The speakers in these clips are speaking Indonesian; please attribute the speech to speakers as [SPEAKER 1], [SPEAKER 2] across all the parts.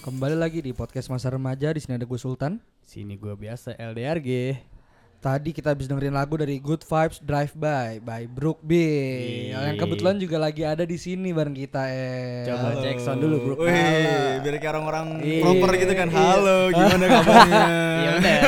[SPEAKER 1] Kembali lagi di podcast Masa Remaja. Di sini ada gue Sultan.
[SPEAKER 2] Sini gue biasa LDRG.
[SPEAKER 1] Tadi kita habis dengerin lagu dari Good Vibes Drive by Brook Bill yang kebetulan juga lagi ada di sini bareng kita.
[SPEAKER 2] Coba cek sound dulu Brook.
[SPEAKER 3] Wih, biar kayak orang-orang proper gitu kan. Halo, gimana kabarnya?
[SPEAKER 2] Iya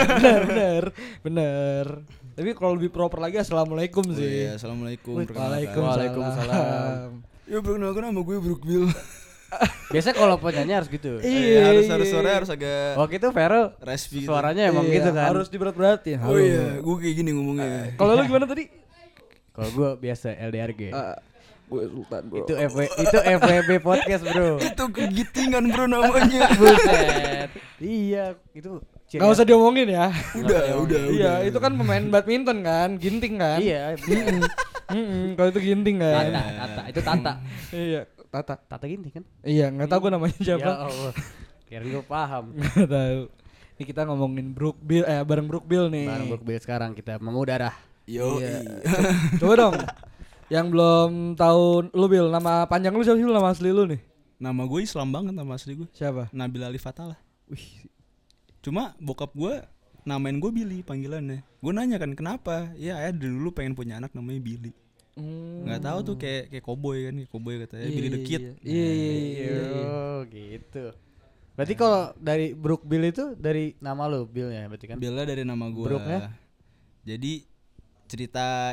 [SPEAKER 1] bener. Tapi kalau lebih proper lagi assalamualaikum sih.
[SPEAKER 3] Iya, assalamualaikum.
[SPEAKER 1] Waalaikumsalam.
[SPEAKER 3] Ya bro, nama gue Brook Bill.
[SPEAKER 2] Biasanya kalau penyanyi harus gitu.
[SPEAKER 3] Harus suara harus agak
[SPEAKER 2] Waktu itu Vero
[SPEAKER 3] raspy gitu.
[SPEAKER 2] suaranya emang gitu kan.
[SPEAKER 1] Harus diberat-beratin.
[SPEAKER 3] Oh iya, gue kayak gini ngomongnya.
[SPEAKER 1] Kalau lu gimana tadi?
[SPEAKER 2] Kalau gue biasa LDRG.
[SPEAKER 1] Gue Sultan bro.
[SPEAKER 2] Itu FWB podcast bro.
[SPEAKER 3] Itu kegitingan bro namanya.
[SPEAKER 2] Buset. Iya, itu
[SPEAKER 1] Gak usah diomongin ya.
[SPEAKER 3] Udah.
[SPEAKER 1] Iya, itu kan pemain badminton kan, ginting kan.
[SPEAKER 2] Iya.
[SPEAKER 1] Kalau itu ginting kan.
[SPEAKER 2] Tata. Itu Tata.
[SPEAKER 1] Iya, Tata.
[SPEAKER 2] Tata gini kan?
[SPEAKER 1] Iya, nggak tahu gue namanya
[SPEAKER 2] Ya
[SPEAKER 1] siapa.
[SPEAKER 2] Allah. Kira gue paham.
[SPEAKER 1] Nggak tahu. Ini kita ngomongin Brook Bill, bareng Brook Bill nih.
[SPEAKER 2] Bareng Brook Bill sekarang kita mengudara.
[SPEAKER 3] Yo.
[SPEAKER 1] Iya. Coba dong. Yang belum tahu lu Bill, nama panjang lu siapa sih, nama asli lu nih?
[SPEAKER 3] Nama gue Islam banget nama asli gue.
[SPEAKER 1] Siapa?
[SPEAKER 3] Nabil Ali Fatalah. Wih. Cuma bokap gue namain gue Billy panggilannya. Gue nanya kan kenapa? Ya ayah dulu pengen punya anak namanya Billy. Nggak tahu tuh kayak cowboy kan, kayak cowboy katanya Billy the Kid.
[SPEAKER 1] Iya.
[SPEAKER 2] Oh gitu. Berarti kalau dari Brook Bill itu dari nama lu Billnya berarti kan?
[SPEAKER 3] Billnya dari nama gue.
[SPEAKER 2] Brooknya?
[SPEAKER 3] Jadi cerita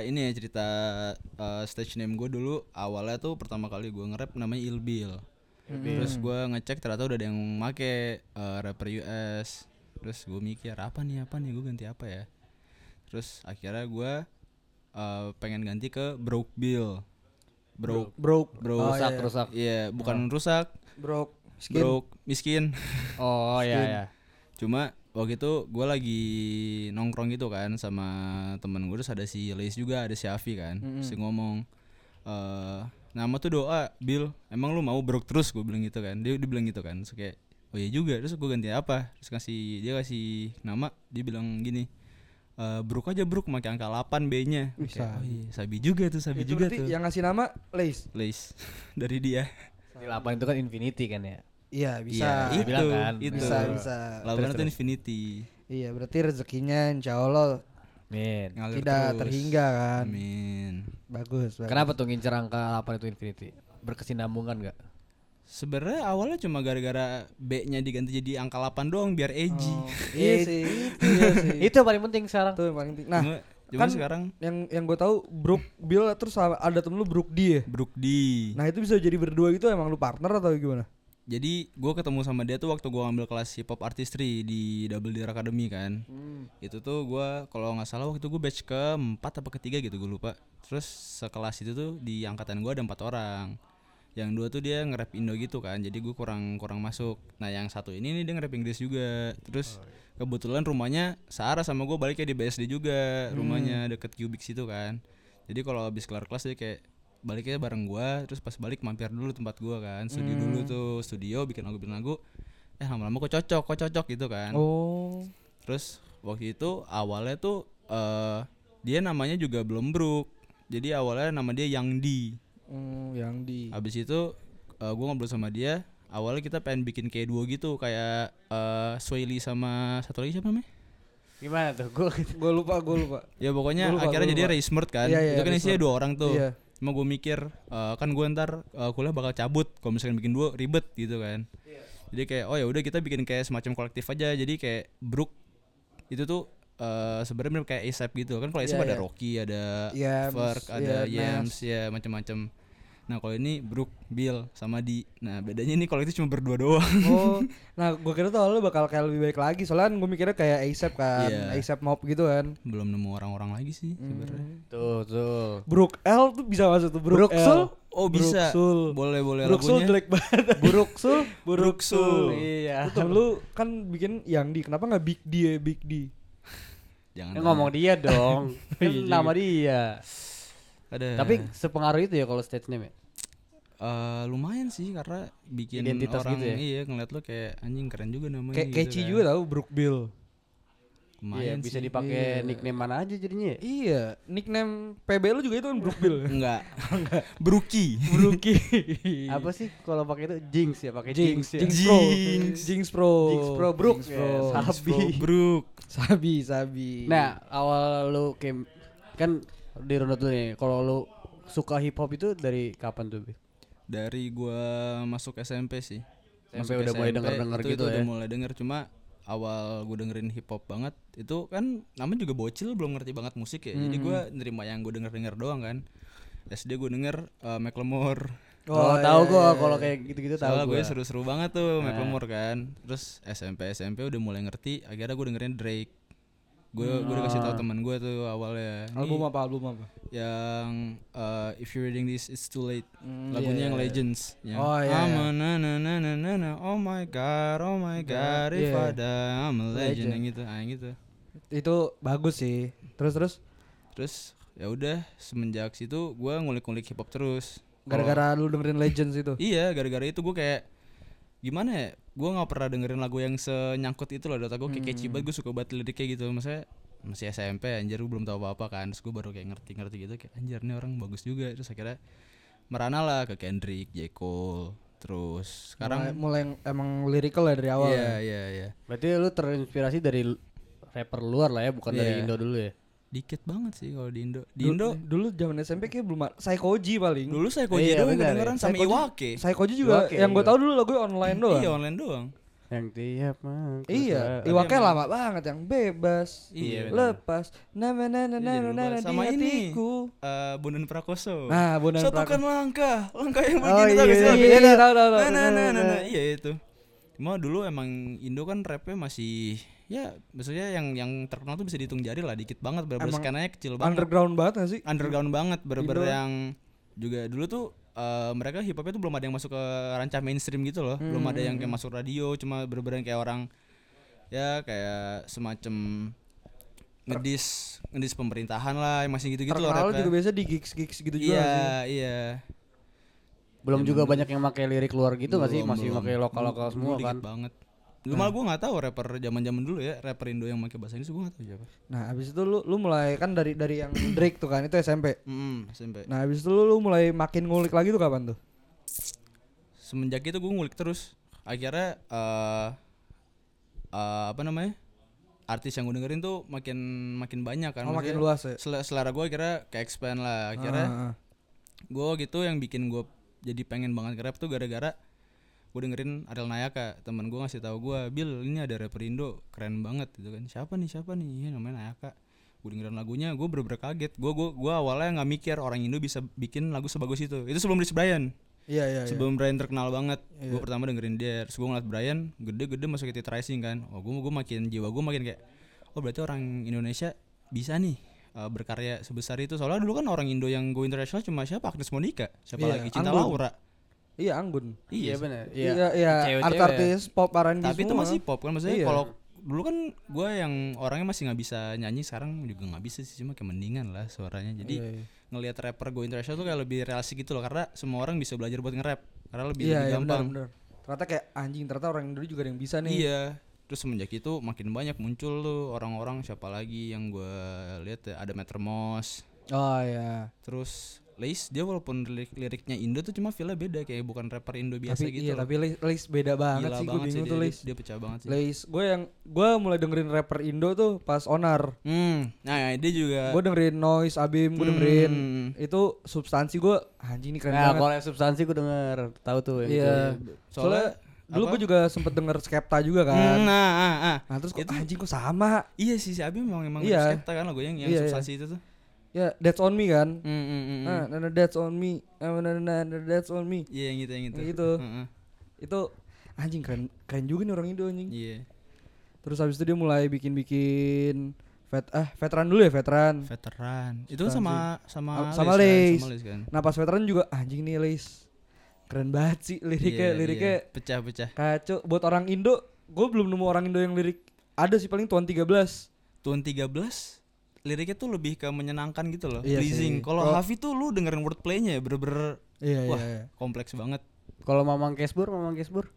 [SPEAKER 3] stage name gue dulu awalnya tuh pertama kali gue nge-rap namanya Ilbil. Terus gue ngecek ternyata udah ada yang make rapper US. Terus gue mikir apa nih gue ganti apa ya. Terus akhirnya gue pengen ganti ke Brook Bill. Brook.
[SPEAKER 2] Rusak.
[SPEAKER 3] Iya, bukan rusak.
[SPEAKER 1] Brook
[SPEAKER 3] Miskin.
[SPEAKER 2] Oh iya.
[SPEAKER 3] Cuma waktu itu gue lagi nongkrong gitu kan sama temen gue, terus ada si Leis juga, ada si Afi kan. Terus dia ngomong nama tuh doa Bill, emang lu mau Brook terus, gue bilang gitu kan. Dia bilang gitu kan. Terus kayak oh iya juga. Terus gue ganti apa? Terus dia kasih nama, dia bilang gini, Brook aja Brook, pakai angka 8 B-nya.
[SPEAKER 1] Bisa.
[SPEAKER 3] Oh iya, sabi juga tuh.
[SPEAKER 1] Itu berarti yang ngasih nama Leis
[SPEAKER 3] dari dia.
[SPEAKER 2] Di 8 itu kan Infinity kan ya.
[SPEAKER 1] Iya, bisa.
[SPEAKER 3] Iya,
[SPEAKER 2] bilang kan.
[SPEAKER 3] itu.
[SPEAKER 1] Bisa.
[SPEAKER 3] Lawannya tuh Infinity.
[SPEAKER 1] Iya, berarti rezekinya insya Allah
[SPEAKER 2] Min.
[SPEAKER 3] Ngalir
[SPEAKER 1] tidak
[SPEAKER 3] terus.
[SPEAKER 1] terhingga kan.
[SPEAKER 3] Amin.
[SPEAKER 1] Bagus.
[SPEAKER 2] Kenapa tuh ngincer angka 8 itu Infinity? Berkesinambungan enggak?
[SPEAKER 3] Sebenarnya awalnya cuma gara-gara B-nya diganti jadi angka 8 doang biar edgy.
[SPEAKER 1] Iya sih.
[SPEAKER 2] Itu yang paling penting sekarang.
[SPEAKER 1] Itu yang paling penting. Nah,
[SPEAKER 3] Cuma
[SPEAKER 1] kan
[SPEAKER 3] sekarang
[SPEAKER 1] yang gue tahu Brook Bill terus ada temen lu Brook D ya.
[SPEAKER 3] Brook D.
[SPEAKER 1] Nah, itu bisa jadi berdua gitu, emang lu partner atau gimana?
[SPEAKER 3] Jadi gue ketemu sama dia tuh waktu gue ngambil kelas hip hop artistry di Double Deer Academy kan. Itu tuh gue kalau nggak salah waktu itu gue batch ke-4 apa ke-3 gitu, gue lupa. Terus sekelas itu tuh di angkatan gue ada 4 orang. Yang 2 tuh dia nge-rap Indo gitu kan, jadi gue kurang masuk. Nah yang satu ini nih dia nge-rap Inggris juga. Terus kebetulan rumahnya searah sama gue, baliknya di BSD juga. Rumahnya deket Cubic situ kan. Jadi kalau habis kelar kelas dia kayak baliknya bareng gue. Terus pas balik mampir dulu tempat gue kan, studio dulu tuh, studio bikin lagu. Lama-lama kok cocok gitu kan.
[SPEAKER 1] Oh.
[SPEAKER 3] Terus waktu itu awalnya tuh dia namanya juga belum Brook. Jadi awalnya nama dia Yang D.
[SPEAKER 1] Yang di.
[SPEAKER 3] Habis itu gue ngobrol sama dia. Awalnya kita pengen bikin kayak duo gitu, kayak Swaley sama satu lagi siapa namanya?
[SPEAKER 2] Gimana tuh?
[SPEAKER 1] Gue lupa.
[SPEAKER 3] Ya pokoknya
[SPEAKER 1] Gua lupa,
[SPEAKER 3] akhirnya
[SPEAKER 1] gua
[SPEAKER 3] jadi
[SPEAKER 1] lupa.
[SPEAKER 3] Ray Smart kan.
[SPEAKER 1] Iya,
[SPEAKER 3] Itu kan
[SPEAKER 1] Ray
[SPEAKER 3] isinya
[SPEAKER 1] Smart.
[SPEAKER 3] 2 orang tuh.
[SPEAKER 1] Iya.
[SPEAKER 3] Cuma gue mikir kan gue ntar kuliah bakal cabut kalau misalkan bikin duo ribet gitu kan. Jadi kayak oh ya udah kita bikin kayak semacam kolektif aja. Jadi kayak Brook itu tuh sebenarnya kayak ASAP gitu kan. Kalau ASAP ada Rocky, ada Ferg, ada Yams, ya macam-macam. Nah kalau ini Brook, Bill sama Di. Nah bedanya ini kolektif cuma berdua doang.
[SPEAKER 1] Oh, nah gue kira tuh awalnya bakal kayak lebih baik lagi. Soalnya gue mikirnya kayak ASAP kan, ASAP Mob gitu kan.
[SPEAKER 3] Belum nemu orang-orang lagi sih sebenarnya.
[SPEAKER 2] Tuh.
[SPEAKER 1] Brook L tuh bisa masuk tuh, Brook
[SPEAKER 2] Brook Sul?
[SPEAKER 1] L.
[SPEAKER 3] Oh bisa.
[SPEAKER 1] Sul.
[SPEAKER 3] Boleh
[SPEAKER 1] Brook Sul
[SPEAKER 3] lagunya.
[SPEAKER 1] jelek banget. Brook Sul.
[SPEAKER 2] Iya.
[SPEAKER 1] Itu lu kan bikin Yang D, kenapa nggak Big D ya, Big D?
[SPEAKER 3] Jangan
[SPEAKER 2] Ngomong dia dong. Kan
[SPEAKER 1] Iya
[SPEAKER 2] nama dia.
[SPEAKER 3] ada.
[SPEAKER 2] Tapi sepengaruh itu ya kalau stage name ya?
[SPEAKER 3] Lumayan sih karena bikin
[SPEAKER 2] Identitas
[SPEAKER 3] orang
[SPEAKER 2] gitu ya?
[SPEAKER 3] iya ngeliat lo kayak anjing keren juga namanya.
[SPEAKER 1] Kayak
[SPEAKER 3] gitu
[SPEAKER 1] catchy
[SPEAKER 3] kan.
[SPEAKER 1] juga tau, Brook Bill.
[SPEAKER 3] Lumayan
[SPEAKER 2] bisa
[SPEAKER 3] sih.
[SPEAKER 2] dipakai
[SPEAKER 1] Iya.
[SPEAKER 2] nickname mana aja jadinya.
[SPEAKER 1] Iya, nickname PB lu juga itu kan Brookbill.
[SPEAKER 3] Enggak. Brookie.
[SPEAKER 1] Brookie.
[SPEAKER 2] Apa sih kalau pakai itu Jinx ya, pakai
[SPEAKER 1] Jinx,
[SPEAKER 2] Jinx ya.
[SPEAKER 1] Jinx Pro.
[SPEAKER 3] Jinx.
[SPEAKER 1] Jinx Pro.
[SPEAKER 2] Jinx Pro Brook
[SPEAKER 1] Jinx
[SPEAKER 2] ya,
[SPEAKER 1] Pro.
[SPEAKER 2] Sabi.
[SPEAKER 3] Brook.
[SPEAKER 1] Sabi.
[SPEAKER 2] Nah, awal lu kayak kan di runut dulu nih. Kalau lu suka hip hop itu dari kapan tuh, Bi?
[SPEAKER 3] Dari gua masuk SMP sih.
[SPEAKER 2] SMP udah mulai denger-denger
[SPEAKER 3] itu
[SPEAKER 2] gitu
[SPEAKER 3] udah
[SPEAKER 2] ya.
[SPEAKER 3] mulai denger, cuma awal gue dengerin hip hop banget itu kan namanya juga bocil, belum ngerti banget musik ya. Jadi gua nerima yang gue denger doang kan. SD gue denger Macklemore.
[SPEAKER 2] Oh, tahu gua kalau kayak gitu-gitu tahu
[SPEAKER 3] Soalnya
[SPEAKER 2] gua.
[SPEAKER 3] gue seru-seru banget tuh Macklemore kan. Terus SMP udah mulai ngerti, akhirnya gue dengerin Drake. Gue udah kasih tahu teman gue tuh awalnya.
[SPEAKER 1] Album apa?
[SPEAKER 3] Yang If You're Reading This It's Too Late.
[SPEAKER 1] Hmm,
[SPEAKER 3] Lagunya
[SPEAKER 1] iya,
[SPEAKER 3] yang
[SPEAKER 1] iya.
[SPEAKER 3] Legends. Yang
[SPEAKER 1] Oh, iya,
[SPEAKER 3] I'm
[SPEAKER 1] iya.
[SPEAKER 3] a na na na na na na, oh my god, if
[SPEAKER 1] Iya.
[SPEAKER 3] I die I'm a legend,
[SPEAKER 1] Legend.
[SPEAKER 3] yang gitu, yang gitu.
[SPEAKER 1] Itu bagus sih. Terus
[SPEAKER 3] Ya udah semenjak situ gue ngulik-ngulik hip hop terus.
[SPEAKER 1] gara-gara lu dengerin Legends itu.
[SPEAKER 3] Iya, gara-gara itu gue kayak gimana ya? Gue nggak pernah dengerin lagu yang senyangkut itu loh. Data gue kayak catchy banget, gue suka banget liriknya gitu. Maksudnya masih SMP anjir, gue belum tahu apa-apa kan. Terus gue baru kayak ngerti gitu, kayak anjir nih orang bagus juga. Terus akhirnya merana lah ke Kendrick, J. Cole. Terus sekarang
[SPEAKER 1] mulai emang lyrical ya dari awal.
[SPEAKER 3] iya.
[SPEAKER 2] Berarti lu terinspirasi dari rapper luar lah ya, bukan dari
[SPEAKER 3] Iya.
[SPEAKER 2] Indo dulu ya.
[SPEAKER 3] Dikit banget sih kalau di Indo. Di Indo
[SPEAKER 1] Dulu zaman SMP kayak belum Saikoji paling.
[SPEAKER 3] dulu saya Koji
[SPEAKER 2] Iya,
[SPEAKER 3] doang
[SPEAKER 2] benar,
[SPEAKER 3] kedengeran
[SPEAKER 2] ya.
[SPEAKER 3] sama
[SPEAKER 1] Saikoji-
[SPEAKER 3] Iwake.
[SPEAKER 1] Saikoji juga
[SPEAKER 2] Iwake,
[SPEAKER 1] yang gue
[SPEAKER 2] iya.
[SPEAKER 1] tahu dulu lagu online doang.
[SPEAKER 3] Iya, online doang.
[SPEAKER 2] Yang tiap
[SPEAKER 1] Iya,
[SPEAKER 2] Tapi
[SPEAKER 1] Iwake
[SPEAKER 3] emang-
[SPEAKER 1] lama banget yang bebas.
[SPEAKER 3] Iya, benar.
[SPEAKER 1] Lepas. Nama
[SPEAKER 3] Iya, jadi lupa.
[SPEAKER 1] di
[SPEAKER 3] Sama ini
[SPEAKER 1] hatiku.
[SPEAKER 3] Bondan Prakoso.
[SPEAKER 1] Nah, Bondan
[SPEAKER 3] Satukan langkah yang
[SPEAKER 2] Oh,
[SPEAKER 3] begini tau gak sih?
[SPEAKER 2] iya,
[SPEAKER 3] lagunya?
[SPEAKER 1] iya, tahu.
[SPEAKER 3] Nah, iya itu. Cuma dulu emang Indo kan rapnya masih ya maksudnya yang terkenal tuh bisa dihitung jari lah, dikit banget, bener-bener
[SPEAKER 1] Emang
[SPEAKER 3] skananya kecil banget.
[SPEAKER 1] Underground banget gak sih?
[SPEAKER 3] Underground banget, bener-bener
[SPEAKER 1] Indo.
[SPEAKER 3] yang juga dulu tuh mereka hip hopnya tuh belum ada yang masuk ke rancah mainstream gitu loh. Belum ada yang kayak masuk radio, cuma bener-bener kayak orang ya kayak semacam ngedis pemerintahan lah, yang masih gitu-gitu loh
[SPEAKER 1] Terkenal
[SPEAKER 3] rapnya.
[SPEAKER 1] juga biasa di gigs gitu juga
[SPEAKER 3] Iya,
[SPEAKER 1] sih.
[SPEAKER 3] iya.
[SPEAKER 2] belum juga banyak yang pakai lirik luar gitu nggak sih,
[SPEAKER 3] Belum,
[SPEAKER 2] masih
[SPEAKER 3] belum.
[SPEAKER 2] pakai lokal-lokal
[SPEAKER 3] Dulu
[SPEAKER 2] semua
[SPEAKER 3] dikit
[SPEAKER 2] kan.
[SPEAKER 3] banget. Dulu malah gue nggak tahu rapper zaman dulu ya, rapper Indo yang pakai bahasa Inggris gue nggak tahu siapa.
[SPEAKER 1] Nah, abis itu lu mulai kan dari yang Drake tuh kan, itu SMP.
[SPEAKER 3] SMP.
[SPEAKER 1] Nah, abis itu lu mulai makin ngulik lagi tuh kapan tuh?
[SPEAKER 3] Semenjak itu gue ngulik terus. Akhirnya apa namanya? Artis yang gue dengerin tuh makin banyak kan.
[SPEAKER 1] Oh, makin
[SPEAKER 3] Maksudnya
[SPEAKER 1] luas ya.
[SPEAKER 3] Selera gue akhirnya ke expand lah. Akhirnya
[SPEAKER 1] Ah.
[SPEAKER 3] gue gitu yang bikin gue jadi pengen banget nge-rap tuh gara-gara gue dengerin Ariel Nayaka. Temen gue ngasih tahu gue, Bil, ini ada rapper Indo keren banget gitu kan. Siapa nih? Iya, namanya Nayaka. Gue dengerin lagunya, gue bener-bener kaget. Gue awalnya nggak mikir orang Indo bisa bikin lagu sebagus itu. Itu sebelum Rich Brian.
[SPEAKER 1] Iya.
[SPEAKER 3] Sebelum Brian terkenal banget,
[SPEAKER 1] Iya.
[SPEAKER 3] gue pertama dengerin dia. Terus gue ngeliat Brian gede masuk ke Rising kan. Oh, gue makin jiwa gue makin kayak, oh berarti orang Indonesia bisa nih berkarya sebesar itu. Soalnya dulu kan orang Indo yang go internasional cuma siapa? Agnes Monica, siapa
[SPEAKER 1] Iya,
[SPEAKER 3] lagi? Cinta
[SPEAKER 1] Anggun.
[SPEAKER 3] Laura.
[SPEAKER 1] Iya, Anggun.
[SPEAKER 2] Iya benar.
[SPEAKER 1] Iya,
[SPEAKER 2] Cewek-cewek
[SPEAKER 1] artis pop R&B
[SPEAKER 3] Tapi itu
[SPEAKER 1] semua.
[SPEAKER 3] masih pop kan, maksudnya
[SPEAKER 1] Iya.
[SPEAKER 3] kalau dulu kan gue yang orangnya masih nggak bisa nyanyi, sekarang juga nggak bisa sih, cuma kayak mendingan lah suaranya. Jadi
[SPEAKER 1] Iya.
[SPEAKER 3] ngelihat rapper go internasional tuh kayak lebih realistik gitu loh, karena semua orang bisa belajar buat nge-rap karena lebih
[SPEAKER 1] Iya,
[SPEAKER 3] gampang.
[SPEAKER 1] benar. Ternyata kayak anjing, ternyata orang Indo juga ada yang bisa nih.
[SPEAKER 3] Iya. Terus semenjak itu makin banyak muncul tuh orang-orang, siapa lagi yang gue lihat ya, ada Metrmos.
[SPEAKER 1] Oh iya.
[SPEAKER 3] Terus Lace, dia walaupun liriknya Indo tuh cuma feel-nya beda, kayak bukan rapper Indo biasa
[SPEAKER 1] Tapi
[SPEAKER 3] gitu
[SPEAKER 1] iya,
[SPEAKER 3] loh.
[SPEAKER 1] tapi Lace beda banget
[SPEAKER 3] Gila
[SPEAKER 1] sih, gue
[SPEAKER 3] banget
[SPEAKER 1] bingung
[SPEAKER 3] sih
[SPEAKER 1] tuh
[SPEAKER 3] dia,
[SPEAKER 1] Lace.
[SPEAKER 3] dia pecah banget sih.
[SPEAKER 1] Lace, gue mulai dengerin rapper Indo tuh pas Onar.
[SPEAKER 3] Nah dia juga.
[SPEAKER 1] Gue dengerin Noise, Abim, gue dengerin.
[SPEAKER 3] Hmm.
[SPEAKER 1] Itu substansi gue anjing ini keren
[SPEAKER 2] Nah,
[SPEAKER 1] banget.
[SPEAKER 2] kalau yang substansi gue denger, tahu tuh yang
[SPEAKER 1] Iya.
[SPEAKER 2] itu.
[SPEAKER 1] Soalnya dulu
[SPEAKER 3] apa?
[SPEAKER 1] gue juga sempet denger Skepta juga kan.
[SPEAKER 3] Nah,
[SPEAKER 1] Nah terus kok
[SPEAKER 3] Itu-
[SPEAKER 1] anjing kok sama.
[SPEAKER 3] iya sih si Abi emang
[SPEAKER 1] Iya.
[SPEAKER 3] skepta kan lagu yang
[SPEAKER 1] Iya,
[SPEAKER 3] substansi itu tuh.
[SPEAKER 1] Ya, That's on Me kan.
[SPEAKER 3] Hmm.
[SPEAKER 1] Nah, That's on Me. That's on Me.
[SPEAKER 3] Iya yang gitu.
[SPEAKER 1] Yang gitu.
[SPEAKER 3] Heeh.
[SPEAKER 1] Itu anjing keren juga nih orang Indo anjing.
[SPEAKER 3] Iya.
[SPEAKER 1] Terus habis itu dia mulai bikin veteran dulu ya, veteran.
[SPEAKER 3] Veteran. Itu sama
[SPEAKER 1] Sama
[SPEAKER 3] Lace
[SPEAKER 1] Lace.
[SPEAKER 3] kan, sama Lace kan.
[SPEAKER 1] Nah, pas veteran juga anjing nih Lace. Keren banget sih liriknya,
[SPEAKER 3] Iya. Pecah.
[SPEAKER 1] kacau. Buat orang Indo, gue belum nemu orang Indo yang lirik ada sih paling Tuan 13.
[SPEAKER 3] Tuan 13 liriknya tuh lebih ke menyenangkan gitu loh,
[SPEAKER 1] Iya
[SPEAKER 3] pleasing.
[SPEAKER 1] sih.
[SPEAKER 3] Kalau
[SPEAKER 1] Kalau-
[SPEAKER 3] Hafi tuh lu dengerin wordplaynya ya bener-bener
[SPEAKER 1] Iya,
[SPEAKER 3] wah
[SPEAKER 1] iya.
[SPEAKER 3] kompleks banget.
[SPEAKER 2] Kalau Mamang Kesbur,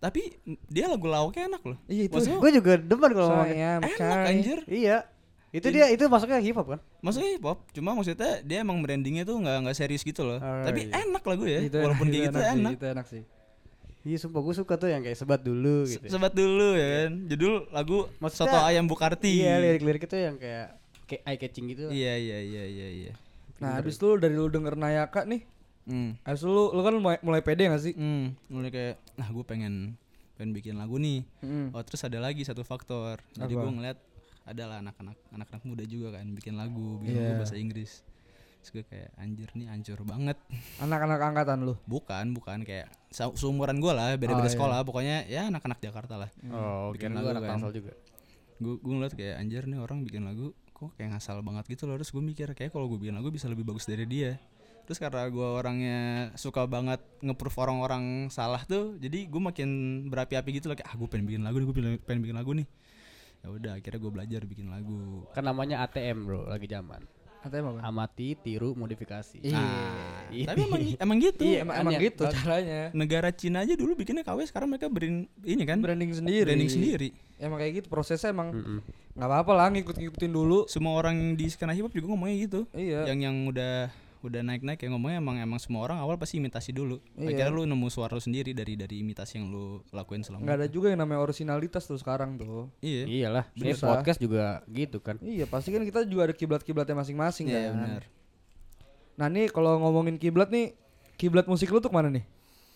[SPEAKER 3] Tapi dia lagu lawaknya enak loh.
[SPEAKER 1] Iya, itu.
[SPEAKER 3] Maksudnya
[SPEAKER 2] Gue juga demen kalau ngomongin.
[SPEAKER 1] Saya
[SPEAKER 3] enak anjir.
[SPEAKER 2] Iya. Itu masuknya hip hop kan?
[SPEAKER 3] Maksudnya hip hop, cuma maksudnya dia emang brandingnya tuh nggak serius gitu loh.
[SPEAKER 2] Oh,
[SPEAKER 3] Tapi
[SPEAKER 2] iya.
[SPEAKER 3] enak lagu ya,
[SPEAKER 1] Itu
[SPEAKER 3] walaupun kayak gitu
[SPEAKER 1] sih,
[SPEAKER 3] enak.
[SPEAKER 1] Itu enak sih.
[SPEAKER 2] Iya sumpah gue suka tuh yang kayak sebat dulu gitu.
[SPEAKER 3] Sebat dulu ya kan. Judul lagu
[SPEAKER 2] Maksudnya-
[SPEAKER 3] Soto Ayam Bukarti.
[SPEAKER 2] Iya lirik-lirik itu yang kayak eye catching gitu.
[SPEAKER 3] Iya.
[SPEAKER 1] Nah, habis itu dari lu denger Nayaka nih, habis itu lu kan mulai pede gak sih?
[SPEAKER 3] Mulai kayak, nah gue pengen bikin lagu nih. Oh terus ada lagi satu faktor. Jadi
[SPEAKER 1] Apa?
[SPEAKER 3] gue ngeliat adalah anak-anak muda juga kan bikin lagu bahasa Inggris. Terus gue kayak anjir nih hancur banget.
[SPEAKER 1] Anak-anak angkatan lu.
[SPEAKER 3] Bukan kayak seumuran gue lah, beda-beda
[SPEAKER 1] Oh, iya.
[SPEAKER 3] sekolah. Pokoknya ya anak-anak Jakarta lah.
[SPEAKER 2] Oh,
[SPEAKER 3] Bikin
[SPEAKER 2] bikin
[SPEAKER 3] lagu
[SPEAKER 2] lagu anak
[SPEAKER 3] kan.
[SPEAKER 2] Tangsel juga.
[SPEAKER 3] Gue ngeliat kayak anjir nih orang bikin lagu kok kayak ngasal banget gitu loh. Terus gue mikir kayak kalau gue bikin lagu bisa lebih bagus dari dia. Terus karena gue orangnya suka banget nge-proof orang-orang salah tuh, jadi gue makin berapi-api gitu loh kayak gue pengen bikin lagu nih, gue pengen bikin lagu nih. Ya udah akhirnya gue belajar bikin lagu.
[SPEAKER 2] Kan namanya ATM bro, lagi zaman.
[SPEAKER 1] Katanya apa?
[SPEAKER 2] Amati, tiru, modifikasi.
[SPEAKER 1] Iya.
[SPEAKER 2] Iya.
[SPEAKER 3] Tapi emang gitu.
[SPEAKER 2] Iya,
[SPEAKER 1] Emang
[SPEAKER 2] makanya.
[SPEAKER 1] gitu caranya.
[SPEAKER 3] Negara Cina aja dulu bikinnya KW, sekarang mereka ini kan
[SPEAKER 1] Branding sendiri. Emang kayak gitu prosesnya emang nggak apa-apa lah ngikutin dulu.
[SPEAKER 3] Semua orang di skena hip hop juga ngomongnya gitu.
[SPEAKER 1] Iya.
[SPEAKER 3] Yang udah naik-naik ya ngomongnya emang semua orang awal pasti imitasi dulu.
[SPEAKER 1] Iya.
[SPEAKER 3] Akhirnya lu nemu suara lu sendiri dari imitasi yang lu lakuin selama.
[SPEAKER 1] Nggak ada juga yang namanya originalitas tuh sekarang tuh.
[SPEAKER 3] Iya.
[SPEAKER 2] Iyalah, ini
[SPEAKER 1] Susah.
[SPEAKER 2] podcast juga gitu kan.
[SPEAKER 1] Iya pasti kan kita juga ada kiblat-kiblatnya masing-masing
[SPEAKER 3] Iya
[SPEAKER 1] kan.
[SPEAKER 3] benar.
[SPEAKER 1] Nah nih kalau ngomongin kiblat nih, kiblat musik lu tuh kemana nih?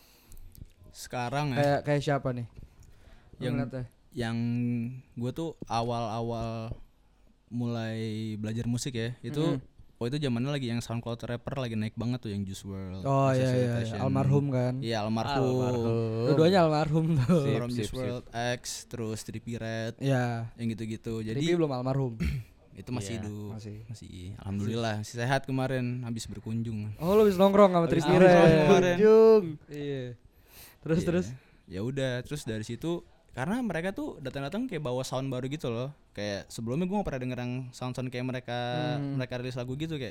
[SPEAKER 3] Sekarang ya
[SPEAKER 1] Kayak siapa nih? Lu
[SPEAKER 3] Yang-
[SPEAKER 1] ngeliatnya?
[SPEAKER 3] yang gue tuh awal-awal mulai belajar musik ya itu itu zamannya lagi yang SoundCloud rapper lagi naik banget tuh yang Juice WRLD.
[SPEAKER 1] Oh iya
[SPEAKER 3] Access
[SPEAKER 1] iya,
[SPEAKER 3] Rotation.
[SPEAKER 1] almarhum kan.
[SPEAKER 3] Iya almarhum.
[SPEAKER 1] Dua-duanya almarhum tuh.
[SPEAKER 2] Sip,
[SPEAKER 3] From
[SPEAKER 2] sip,
[SPEAKER 3] Juice
[SPEAKER 2] sip.
[SPEAKER 3] WRLD X terus Trippie Redd
[SPEAKER 1] Iya.
[SPEAKER 3] yang gitu-gitu.
[SPEAKER 1] Jadi
[SPEAKER 3] Jadi
[SPEAKER 1] belum almarhum.
[SPEAKER 3] itu masih
[SPEAKER 2] Iya,
[SPEAKER 3] hidup.
[SPEAKER 1] masih.
[SPEAKER 3] Alhamdulillah masih sehat kemarin habis berkunjung.
[SPEAKER 1] Oh lu bisa nongkrong sama
[SPEAKER 3] Habis
[SPEAKER 1] Trippie
[SPEAKER 3] nongkrong
[SPEAKER 1] Redd.
[SPEAKER 3] kemarin.
[SPEAKER 2] Jung.
[SPEAKER 1] Iya. Terus
[SPEAKER 3] Iya.
[SPEAKER 1] terus.
[SPEAKER 3] Ya udah terus dari situ karena mereka tuh datang-datang kayak bawa sound baru gitu loh. Kayak sebelumnya gue gak pernah denger yang sound kayak mereka rilis lagu gitu kayak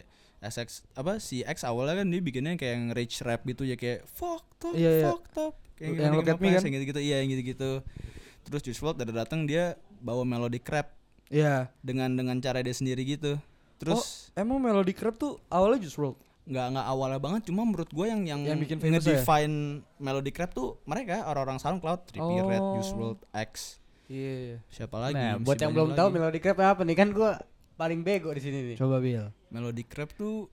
[SPEAKER 3] si X awalnya kan dia bikinnya kayak yang rage rap gitu ya kayak fucked up,
[SPEAKER 1] Iya, iya.
[SPEAKER 3] fucked up. Kayak
[SPEAKER 1] Yang Look at Me kan?
[SPEAKER 3] yang gitu-gitu. Iya yang gitu-gitu. Terus Juice WRLD datang dia bawa melodic rap
[SPEAKER 1] Iya.
[SPEAKER 3] dengan cara dia sendiri gitu. Terus
[SPEAKER 1] Emang melodic rap tuh awalnya Juice WRLD.
[SPEAKER 3] nggak awalnya banget, cuma menurut gue yang
[SPEAKER 1] bikin famous ya?
[SPEAKER 3] ngedefine melodic rap tuh mereka orang-orang SoundCloud, Trippie Redd,
[SPEAKER 1] Oh.
[SPEAKER 3] Juice WRLD, X,
[SPEAKER 1] Iya.
[SPEAKER 3] siapa lagi?
[SPEAKER 2] Nah,
[SPEAKER 3] Masih
[SPEAKER 2] buat yang
[SPEAKER 3] banyak
[SPEAKER 2] belum tahu
[SPEAKER 3] lagi.
[SPEAKER 2] melodic rap apa nih kan gua paling bego di sini nih.
[SPEAKER 1] Coba Bil.
[SPEAKER 3] Melodic rap tuh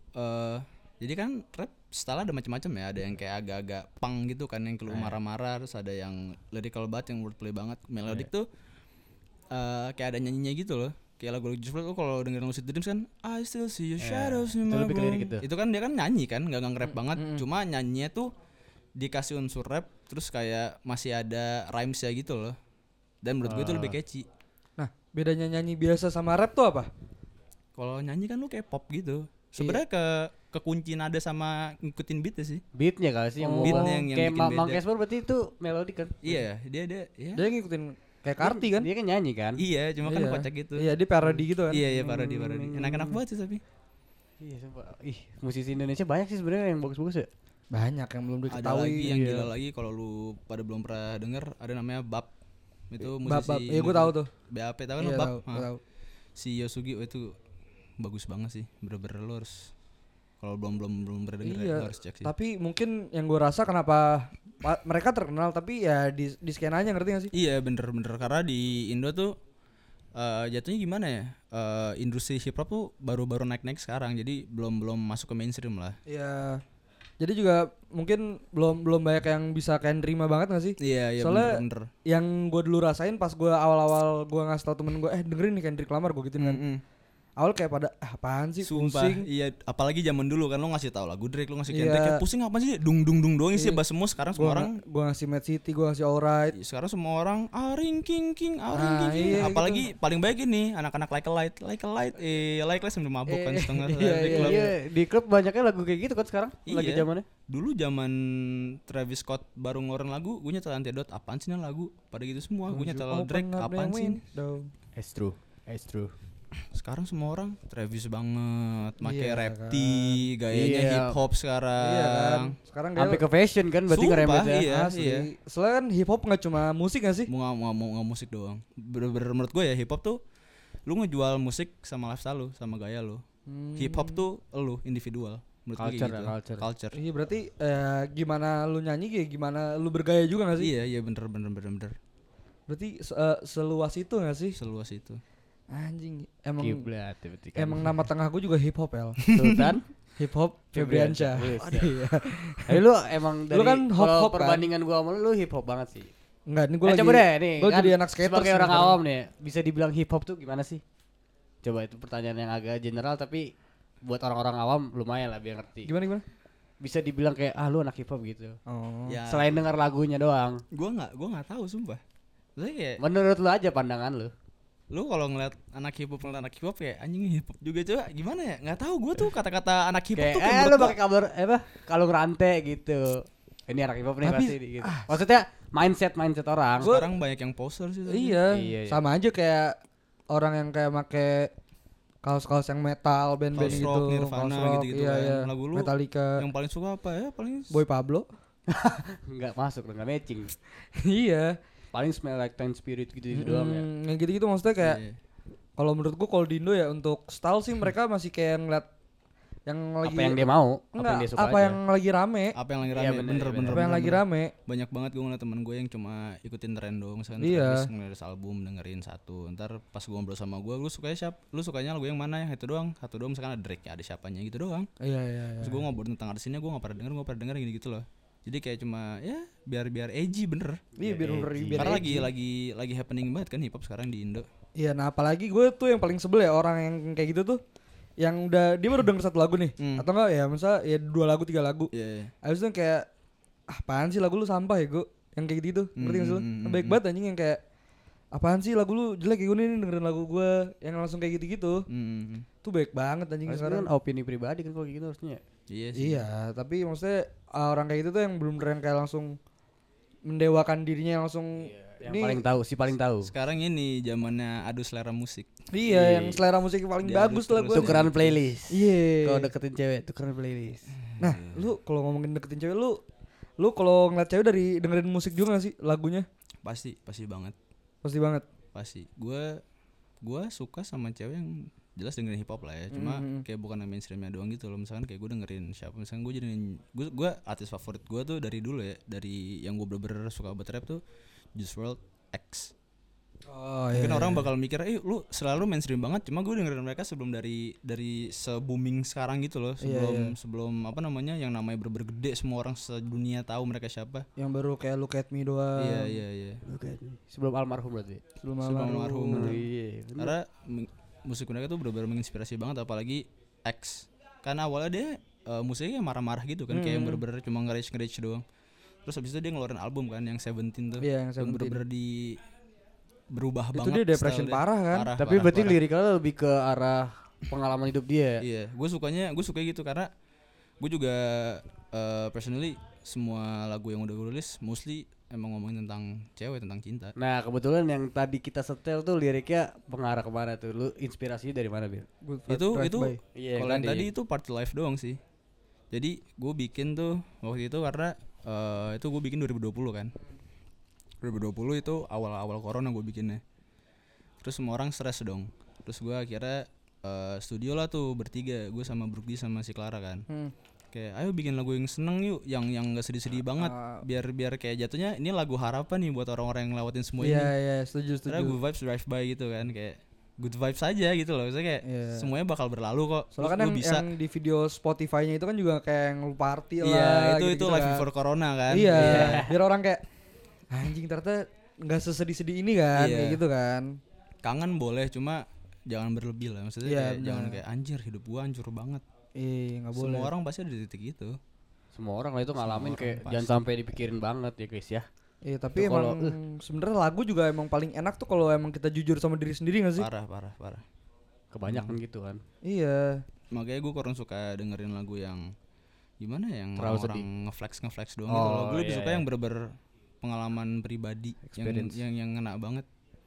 [SPEAKER 3] jadi kan rap style ada macam-macam ya, ada yang kayak agak-agak punk gitu kan yang keluar marah-marah, terus ada yang lyrical banget, yang wordplay banget. Melodic tuh kayak ada nyanyinya gitu loh. Kayak lagu Juice WRLD tuh kalau dengerin Lucid Dreams kan I still see your shadows in
[SPEAKER 2] itu
[SPEAKER 3] my
[SPEAKER 2] lebih ke lirik
[SPEAKER 3] room.
[SPEAKER 2] itu.
[SPEAKER 3] Itu kan dia kan nyanyi kan, nggak nge-rap banget, cuma nyanyinya tuh dikasih unsur rap, terus kayak masih ada rhymes ya gitu loh. Dan menurut gue itu lebih catchy.
[SPEAKER 1] Nah, bedanya nyanyi biasa sama rap tuh apa?
[SPEAKER 3] Kalau nyanyi kan lu kayak pop gitu. Sebenarnya kekunci nada sama ngikutin beat sih.
[SPEAKER 2] Beatnya kali sih yang
[SPEAKER 3] Beatnya yang
[SPEAKER 2] kayak
[SPEAKER 3] bikin
[SPEAKER 2] Mang
[SPEAKER 3] beda.
[SPEAKER 2] Casper berarti itu melodic kan.
[SPEAKER 3] Iya, dia ya.
[SPEAKER 1] Dia ngikutin kayak Karti kan?
[SPEAKER 2] Dia kan nyanyi kan.
[SPEAKER 3] Iya, cuma kan
[SPEAKER 1] Iya.
[SPEAKER 3] kocak gitu.
[SPEAKER 1] Iya, dia parody gitu kan.
[SPEAKER 3] Iya, parodi. Enak-enak banget sih tapi.
[SPEAKER 2] Iya, sumpah. Ih, musisi Indonesia banyak sih sebenarnya yang bagus-bagus ya.
[SPEAKER 1] Banyak yang belum
[SPEAKER 3] Ada
[SPEAKER 1] diketahui.
[SPEAKER 3] lagi yang
[SPEAKER 1] Iya.
[SPEAKER 3] gila lagi kalau lu pada belum pernah denger, ada namanya Bab. Itu
[SPEAKER 1] Bab,
[SPEAKER 3] musisi.
[SPEAKER 1] iya gue tahu tuh.
[SPEAKER 3] BAP tahu kan
[SPEAKER 1] Iya,
[SPEAKER 3] Bab?
[SPEAKER 1] tahu,
[SPEAKER 3] Hah.
[SPEAKER 1] tahu.
[SPEAKER 3] Si Yosugi itu bagus banget sih. Bener-bener lu harus kalau belum pernah denger
[SPEAKER 1] Iya,
[SPEAKER 3] lu harus cek sih.
[SPEAKER 1] tapi mungkin yang gue rasa kenapa mereka terkenal tapi ya di skenanya ngerti gak sih?
[SPEAKER 3] Iya bener karena di Indo tuh jatuhnya gimana ya, industri hip hop tuh baru naik sekarang, jadi belum masuk ke mainstream lah.
[SPEAKER 1] Iya. Jadi juga mungkin belum banyak yang bisa kayak nerima banget gak sih?
[SPEAKER 3] Iya
[SPEAKER 1] Soalnya
[SPEAKER 3] bener.
[SPEAKER 1] yang gue dulu rasain pas gue awal-awal gue ngasih tau temen gue, dengerin nih Kendrick Lamar, gue gituin kan. Awal kayak pada apaan sih,
[SPEAKER 3] Sumpah,
[SPEAKER 1] pusing.
[SPEAKER 3] iya apalagi zaman dulu kan lo ngasih tahu lagu Drake, lo ngasih
[SPEAKER 1] Iya.
[SPEAKER 3] Kendrick, kayak pusing apa sih, dung doang isi
[SPEAKER 1] Iya.
[SPEAKER 3] bahas semua. Sekarang
[SPEAKER 1] Gue
[SPEAKER 3] semua orang
[SPEAKER 1] ngasih Mad City, gue ngasih Alright.
[SPEAKER 3] sekarang semua orang aring king
[SPEAKER 1] iya,
[SPEAKER 3] apalagi paling baik ini anak-anak like a light like sambil mabuk kan setengah
[SPEAKER 1] iya,
[SPEAKER 3] di
[SPEAKER 1] iya,
[SPEAKER 3] klub.
[SPEAKER 2] Iya, di klub banyaknya lagu kayak gitu kan sekarang. Lagi
[SPEAKER 3] Iya.
[SPEAKER 2] zamannya.
[SPEAKER 3] Dulu zaman Travis Scott baru ngeluarin lagu, gue nyetel Antidote, apaan sih nih lagu pada gitu semua. Gue nyetel Drake, apaan sih ini?
[SPEAKER 2] It's true.
[SPEAKER 3] sekarang semua orang Travis banget, pakai
[SPEAKER 1] Iya,
[SPEAKER 3] Repti, gayanya
[SPEAKER 2] Iya.
[SPEAKER 3] hip hop
[SPEAKER 1] Iya kan.
[SPEAKER 3] sekarang.
[SPEAKER 1] Sekarang
[SPEAKER 2] Sampai ke fashion kan berarti
[SPEAKER 3] Sumpah,
[SPEAKER 2] ngeremet ya.
[SPEAKER 3] iya.
[SPEAKER 1] asli. Soalnya kan hip hop nggak cuma musik gak sih?
[SPEAKER 3] Mau musik doang. Bener-bener menurut gue ya hip hop tuh lu ngejual musik sama lifestyle lu, sama gaya lu. Hip hop tuh lu individual. Menurut gue
[SPEAKER 2] Culture
[SPEAKER 3] kayak
[SPEAKER 2] ya,
[SPEAKER 3] gitu.
[SPEAKER 2] culture.
[SPEAKER 1] Iya berarti gimana lu nyanyi kayak gimana lu bergaya juga gak sih?
[SPEAKER 3] Iya bener.
[SPEAKER 1] Berarti seluas itu gak sih?
[SPEAKER 3] Seluas itu.
[SPEAKER 1] Anjing emang
[SPEAKER 2] Kiblat ya berarti kan.
[SPEAKER 1] emang nama tengah gue juga hip hop El.
[SPEAKER 2] Sultan.
[SPEAKER 1] Hip hop Febriansyah.
[SPEAKER 2] Febriansyah.
[SPEAKER 1] Iya.
[SPEAKER 2] Tapi lu emang dari
[SPEAKER 1] kan hop-hop kan?
[SPEAKER 2] perbandingan gua sama lu hip hop banget sih.
[SPEAKER 1] Enggak, ini gue lagi
[SPEAKER 2] Coba deh nih.
[SPEAKER 1] gue
[SPEAKER 2] kan
[SPEAKER 1] jadi anak skater
[SPEAKER 2] sebagai
[SPEAKER 1] sih
[SPEAKER 2] orang
[SPEAKER 1] sekarang.
[SPEAKER 2] awam nih, bisa dibilang hip hop tuh gimana sih? Coba itu pertanyaan yang agak general tapi buat orang-orang awam lumayan lah biar ngerti.
[SPEAKER 1] Gimana?
[SPEAKER 2] Bisa dibilang kayak lu anak hip hop gitu.
[SPEAKER 1] Oh.
[SPEAKER 3] Ya,
[SPEAKER 2] Selain dengar lagunya doang.
[SPEAKER 3] gua nggak tahu sumpah. Maksudnya kayak
[SPEAKER 2] Menurut lu aja pandangan lu.
[SPEAKER 3] lu kalau ngeliat anak hip hop kayak anjing hip hop juga coba gimana ya? Nggak tahu gua tuh kata-kata anak hip hop
[SPEAKER 2] Kayak
[SPEAKER 3] tuh kayak
[SPEAKER 2] lu
[SPEAKER 3] menurut gua-
[SPEAKER 2] pakai kabar kalung rantai gitu. Ini anak hip hop nih
[SPEAKER 1] Tapi,
[SPEAKER 2] pasti gitu. Maksudnya mindset orang.
[SPEAKER 3] sekarang banyak yang poser sih. tapi.
[SPEAKER 1] Iya,
[SPEAKER 2] Iya.
[SPEAKER 1] sama aja kayak orang yang kayak make kaos-kaos yang metal, band-band
[SPEAKER 3] Kaos
[SPEAKER 1] gitu,
[SPEAKER 3] rock, Nirvana,
[SPEAKER 1] kaos rock,
[SPEAKER 3] gitu-gitu
[SPEAKER 1] iya,
[SPEAKER 3] kan.
[SPEAKER 1] iya.
[SPEAKER 3] Lagu lu
[SPEAKER 1] Metallica,
[SPEAKER 3] Yang paling suka apa ya? Paling
[SPEAKER 1] Boy Pablo.
[SPEAKER 2] Enggak masuk, enggak matching.
[SPEAKER 1] Iya.
[SPEAKER 2] Paling Smell Like Teen Spirit gitu doang ya.
[SPEAKER 1] Yang gitu-gitu maksudnya kayak
[SPEAKER 3] Iya.
[SPEAKER 1] kalau menurut gua kalau di Indo ya untuk style sih mereka masih kayak ngeliat yang lagi
[SPEAKER 2] Apa yang dia mau, apa
[SPEAKER 1] enggak,
[SPEAKER 2] yang dia suka
[SPEAKER 1] apa
[SPEAKER 2] aja.
[SPEAKER 1] yang lagi rame,
[SPEAKER 3] Apa yang lagi
[SPEAKER 2] Iya,
[SPEAKER 3] rame?
[SPEAKER 2] bener,
[SPEAKER 3] bener,
[SPEAKER 2] iya,
[SPEAKER 3] bener,
[SPEAKER 1] apa yang
[SPEAKER 3] bener,
[SPEAKER 1] lagi
[SPEAKER 3] bener.
[SPEAKER 1] rame.
[SPEAKER 3] Banyak banget gue ngeliat temen gue yang cuma ikutin tren doang. Misalkan
[SPEAKER 1] Iya.
[SPEAKER 3] Travis ngeliat album dengerin satu. Ntar pas gue ngobrol sama gue, lu sukanya siapa? Lu sukanya lagu yang mana? Yang itu doang. Satu doang misalkan ada Drake, ada siapanya gitu doang.
[SPEAKER 1] Iya, iya, iya.
[SPEAKER 3] Terus gue ngobrol tentang artisnya, gue gak pernah denger gini gitu loh. Jadi kayak cuma ya biar edgy bener.
[SPEAKER 1] Iya, biar biar
[SPEAKER 3] Karena
[SPEAKER 1] edgy.
[SPEAKER 3] lagi happening banget kan hip hop sekarang di Indo.
[SPEAKER 1] Iya, nah apalagi gue tuh yang paling sebel ya orang yang kayak gitu tuh yang udah dia baru denger satu lagu nih atau enggak ya misal ya 2 lagu 3 lagu.
[SPEAKER 3] Iya.
[SPEAKER 1] Habis itu kayak apaan sih lagu lu sampah ya gue yang kayak gitu ngerti gak sih lu? Baik banget anjing yang kayak apaan sih lagu lu jelek kayak gini nih dengerin lagu gue yang langsung kayak gitu-gitu. Tuh baik banget anjing
[SPEAKER 2] Maksudnya
[SPEAKER 1] sekarang.
[SPEAKER 2] kan opini pribadi kan kalau gitu harusnya.
[SPEAKER 3] Iya sih.
[SPEAKER 1] Iya, tapi maksudnya orang kayak gitu tuh yang belum yang kayak langsung mendewakan dirinya langsung
[SPEAKER 2] Yang paling tahu, si paling tahu.
[SPEAKER 3] Sekarang ini zamannya adu selera musik.
[SPEAKER 1] Iya, yang selera musik paling
[SPEAKER 3] Diaduk
[SPEAKER 1] bagus lah
[SPEAKER 3] terus.
[SPEAKER 1] gue.
[SPEAKER 2] Tukeran playlist.
[SPEAKER 1] Iya.
[SPEAKER 2] Kalau deketin cewek, tukeran playlist.
[SPEAKER 1] Nah, lu kalau ngomongin deketin cewek lu kalau ngeliat cewek dari dengerin musik juga gak sih lagunya?
[SPEAKER 3] Pasti banget.
[SPEAKER 1] Pasti banget.
[SPEAKER 3] Pasti. Gue suka sama cewek yang jelas dengerin hip hop lah ya. Cuma kayak bukan yang mainstreamnya doang gitu loh. Misalkan kayak gue dengerin siapa? Misalkan gue artis favorit gue tuh dari dulu ya. Dari yang gue bener-bener suka buat rap tuh Juice WRLD X.
[SPEAKER 1] Oh
[SPEAKER 3] Mungkin orang bakal mikir, lu selalu mainstream banget. Cuma gue dengerin mereka sebelum dari se-booming sekarang gitu loh. Sebelum apa namanya yang namanya bener-bener gede, semua orang sedunia tahu mereka siapa.
[SPEAKER 1] Yang baru kayak Look at Me doang.
[SPEAKER 3] Iya.
[SPEAKER 2] Sebelum almarhum berarti.
[SPEAKER 1] Sebelum
[SPEAKER 3] Sebelum
[SPEAKER 1] almarhum.
[SPEAKER 3] almarhum.
[SPEAKER 2] Iya.
[SPEAKER 3] Karena musik mereka tuh benar-benar menginspirasi banget, apalagi X. Karena awalnya dia musiknya marah-marah gitu kan, kayak yang bener-bener cuma nge-rage doang. Terus habis itu dia ngeluarin album kan yang Seventeen tuh.
[SPEAKER 1] Iya, yang
[SPEAKER 3] yang
[SPEAKER 1] 17.
[SPEAKER 3] bener-bener berubah
[SPEAKER 1] Itu
[SPEAKER 3] banget.
[SPEAKER 1] dia depression
[SPEAKER 3] style dia.
[SPEAKER 1] parah kan?
[SPEAKER 2] Tapi berarti liriknya lebih ke arah pengalaman hidup dia.
[SPEAKER 3] Iya, gue suka gitu karena gue juga personally semua lagu yang udah gue rilis mostly emang ngomongin tentang cewek, tentang cinta.
[SPEAKER 2] Nah kebetulan yang tadi kita setel tuh liriknya pengarah kemana tuh? Lu inspirasinya dari mana Bil?
[SPEAKER 1] Good Vibes
[SPEAKER 3] Itu
[SPEAKER 1] Drive By.
[SPEAKER 2] Iya,
[SPEAKER 3] kalau yang tadi itu party life doang sih. Jadi gue bikin tuh waktu itu karena itu gue bikin 2020 kan. 2020 itu awal-awal corona gue bikinnya. Terus semua orang stres dong. Terus gue akhirnya studio lah tuh bertiga, gue sama Brookie sama si Clara kan. Kayak ayo bikin lagu yang seneng yuk, yang gak sedih-sedih banget, biar kayak jatuhnya ini lagu harapan nih buat orang-orang yang lewatin semua ini.
[SPEAKER 1] Iya, setuju.
[SPEAKER 3] Karena good vibes drive by gitu kan, kayak good vibes aja gitu loh. Maksudnya kayak semuanya bakal berlalu kok.
[SPEAKER 1] Soalnya kan
[SPEAKER 3] Lu bisa.
[SPEAKER 1] yang di video Spotify-nya itu kan juga kayak yang lu party lah.
[SPEAKER 3] Iya, itu
[SPEAKER 1] gitu-gitu
[SPEAKER 3] live
[SPEAKER 1] kan.
[SPEAKER 3] before corona kan.
[SPEAKER 1] Iya, biar orang kayak anjing ternyata nggak sesedih-sedih ini kan,
[SPEAKER 3] Iya.
[SPEAKER 1] kayak gitu kan.
[SPEAKER 3] Kangen boleh, cuma jangan berlebih lah. Maksudnya
[SPEAKER 1] Iya,
[SPEAKER 3] kayak
[SPEAKER 1] benar.
[SPEAKER 3] jangan kayak anjir hidup gua hancur banget.
[SPEAKER 1] Nggak boleh.
[SPEAKER 3] Semua orang pasti ada di titik itu.
[SPEAKER 2] Semua orang lah itu ngalamin
[SPEAKER 3] orang
[SPEAKER 2] kayak
[SPEAKER 3] pasti.
[SPEAKER 2] jangan sampai dipikirin banget ya guys ya.
[SPEAKER 1] Iya, tapi
[SPEAKER 2] Itu
[SPEAKER 1] emang
[SPEAKER 2] kalau,
[SPEAKER 1] sebenarnya lagu juga emang paling enak tuh kalau emang kita jujur sama diri sendiri nggak sih?
[SPEAKER 3] Parah.
[SPEAKER 2] Kebanyakan gitu kan.
[SPEAKER 1] Iya.
[SPEAKER 3] Makanya gue kurang suka dengerin lagu yang gimana ya, yang
[SPEAKER 2] Terlalu
[SPEAKER 3] orang ngeflex doang gitu
[SPEAKER 2] Oh,
[SPEAKER 3] loh. Gue lebih
[SPEAKER 2] iya,
[SPEAKER 3] suka
[SPEAKER 2] iya.
[SPEAKER 3] yang bener-bener pengalaman pribadi
[SPEAKER 2] Experience.
[SPEAKER 3] yang ngena banget.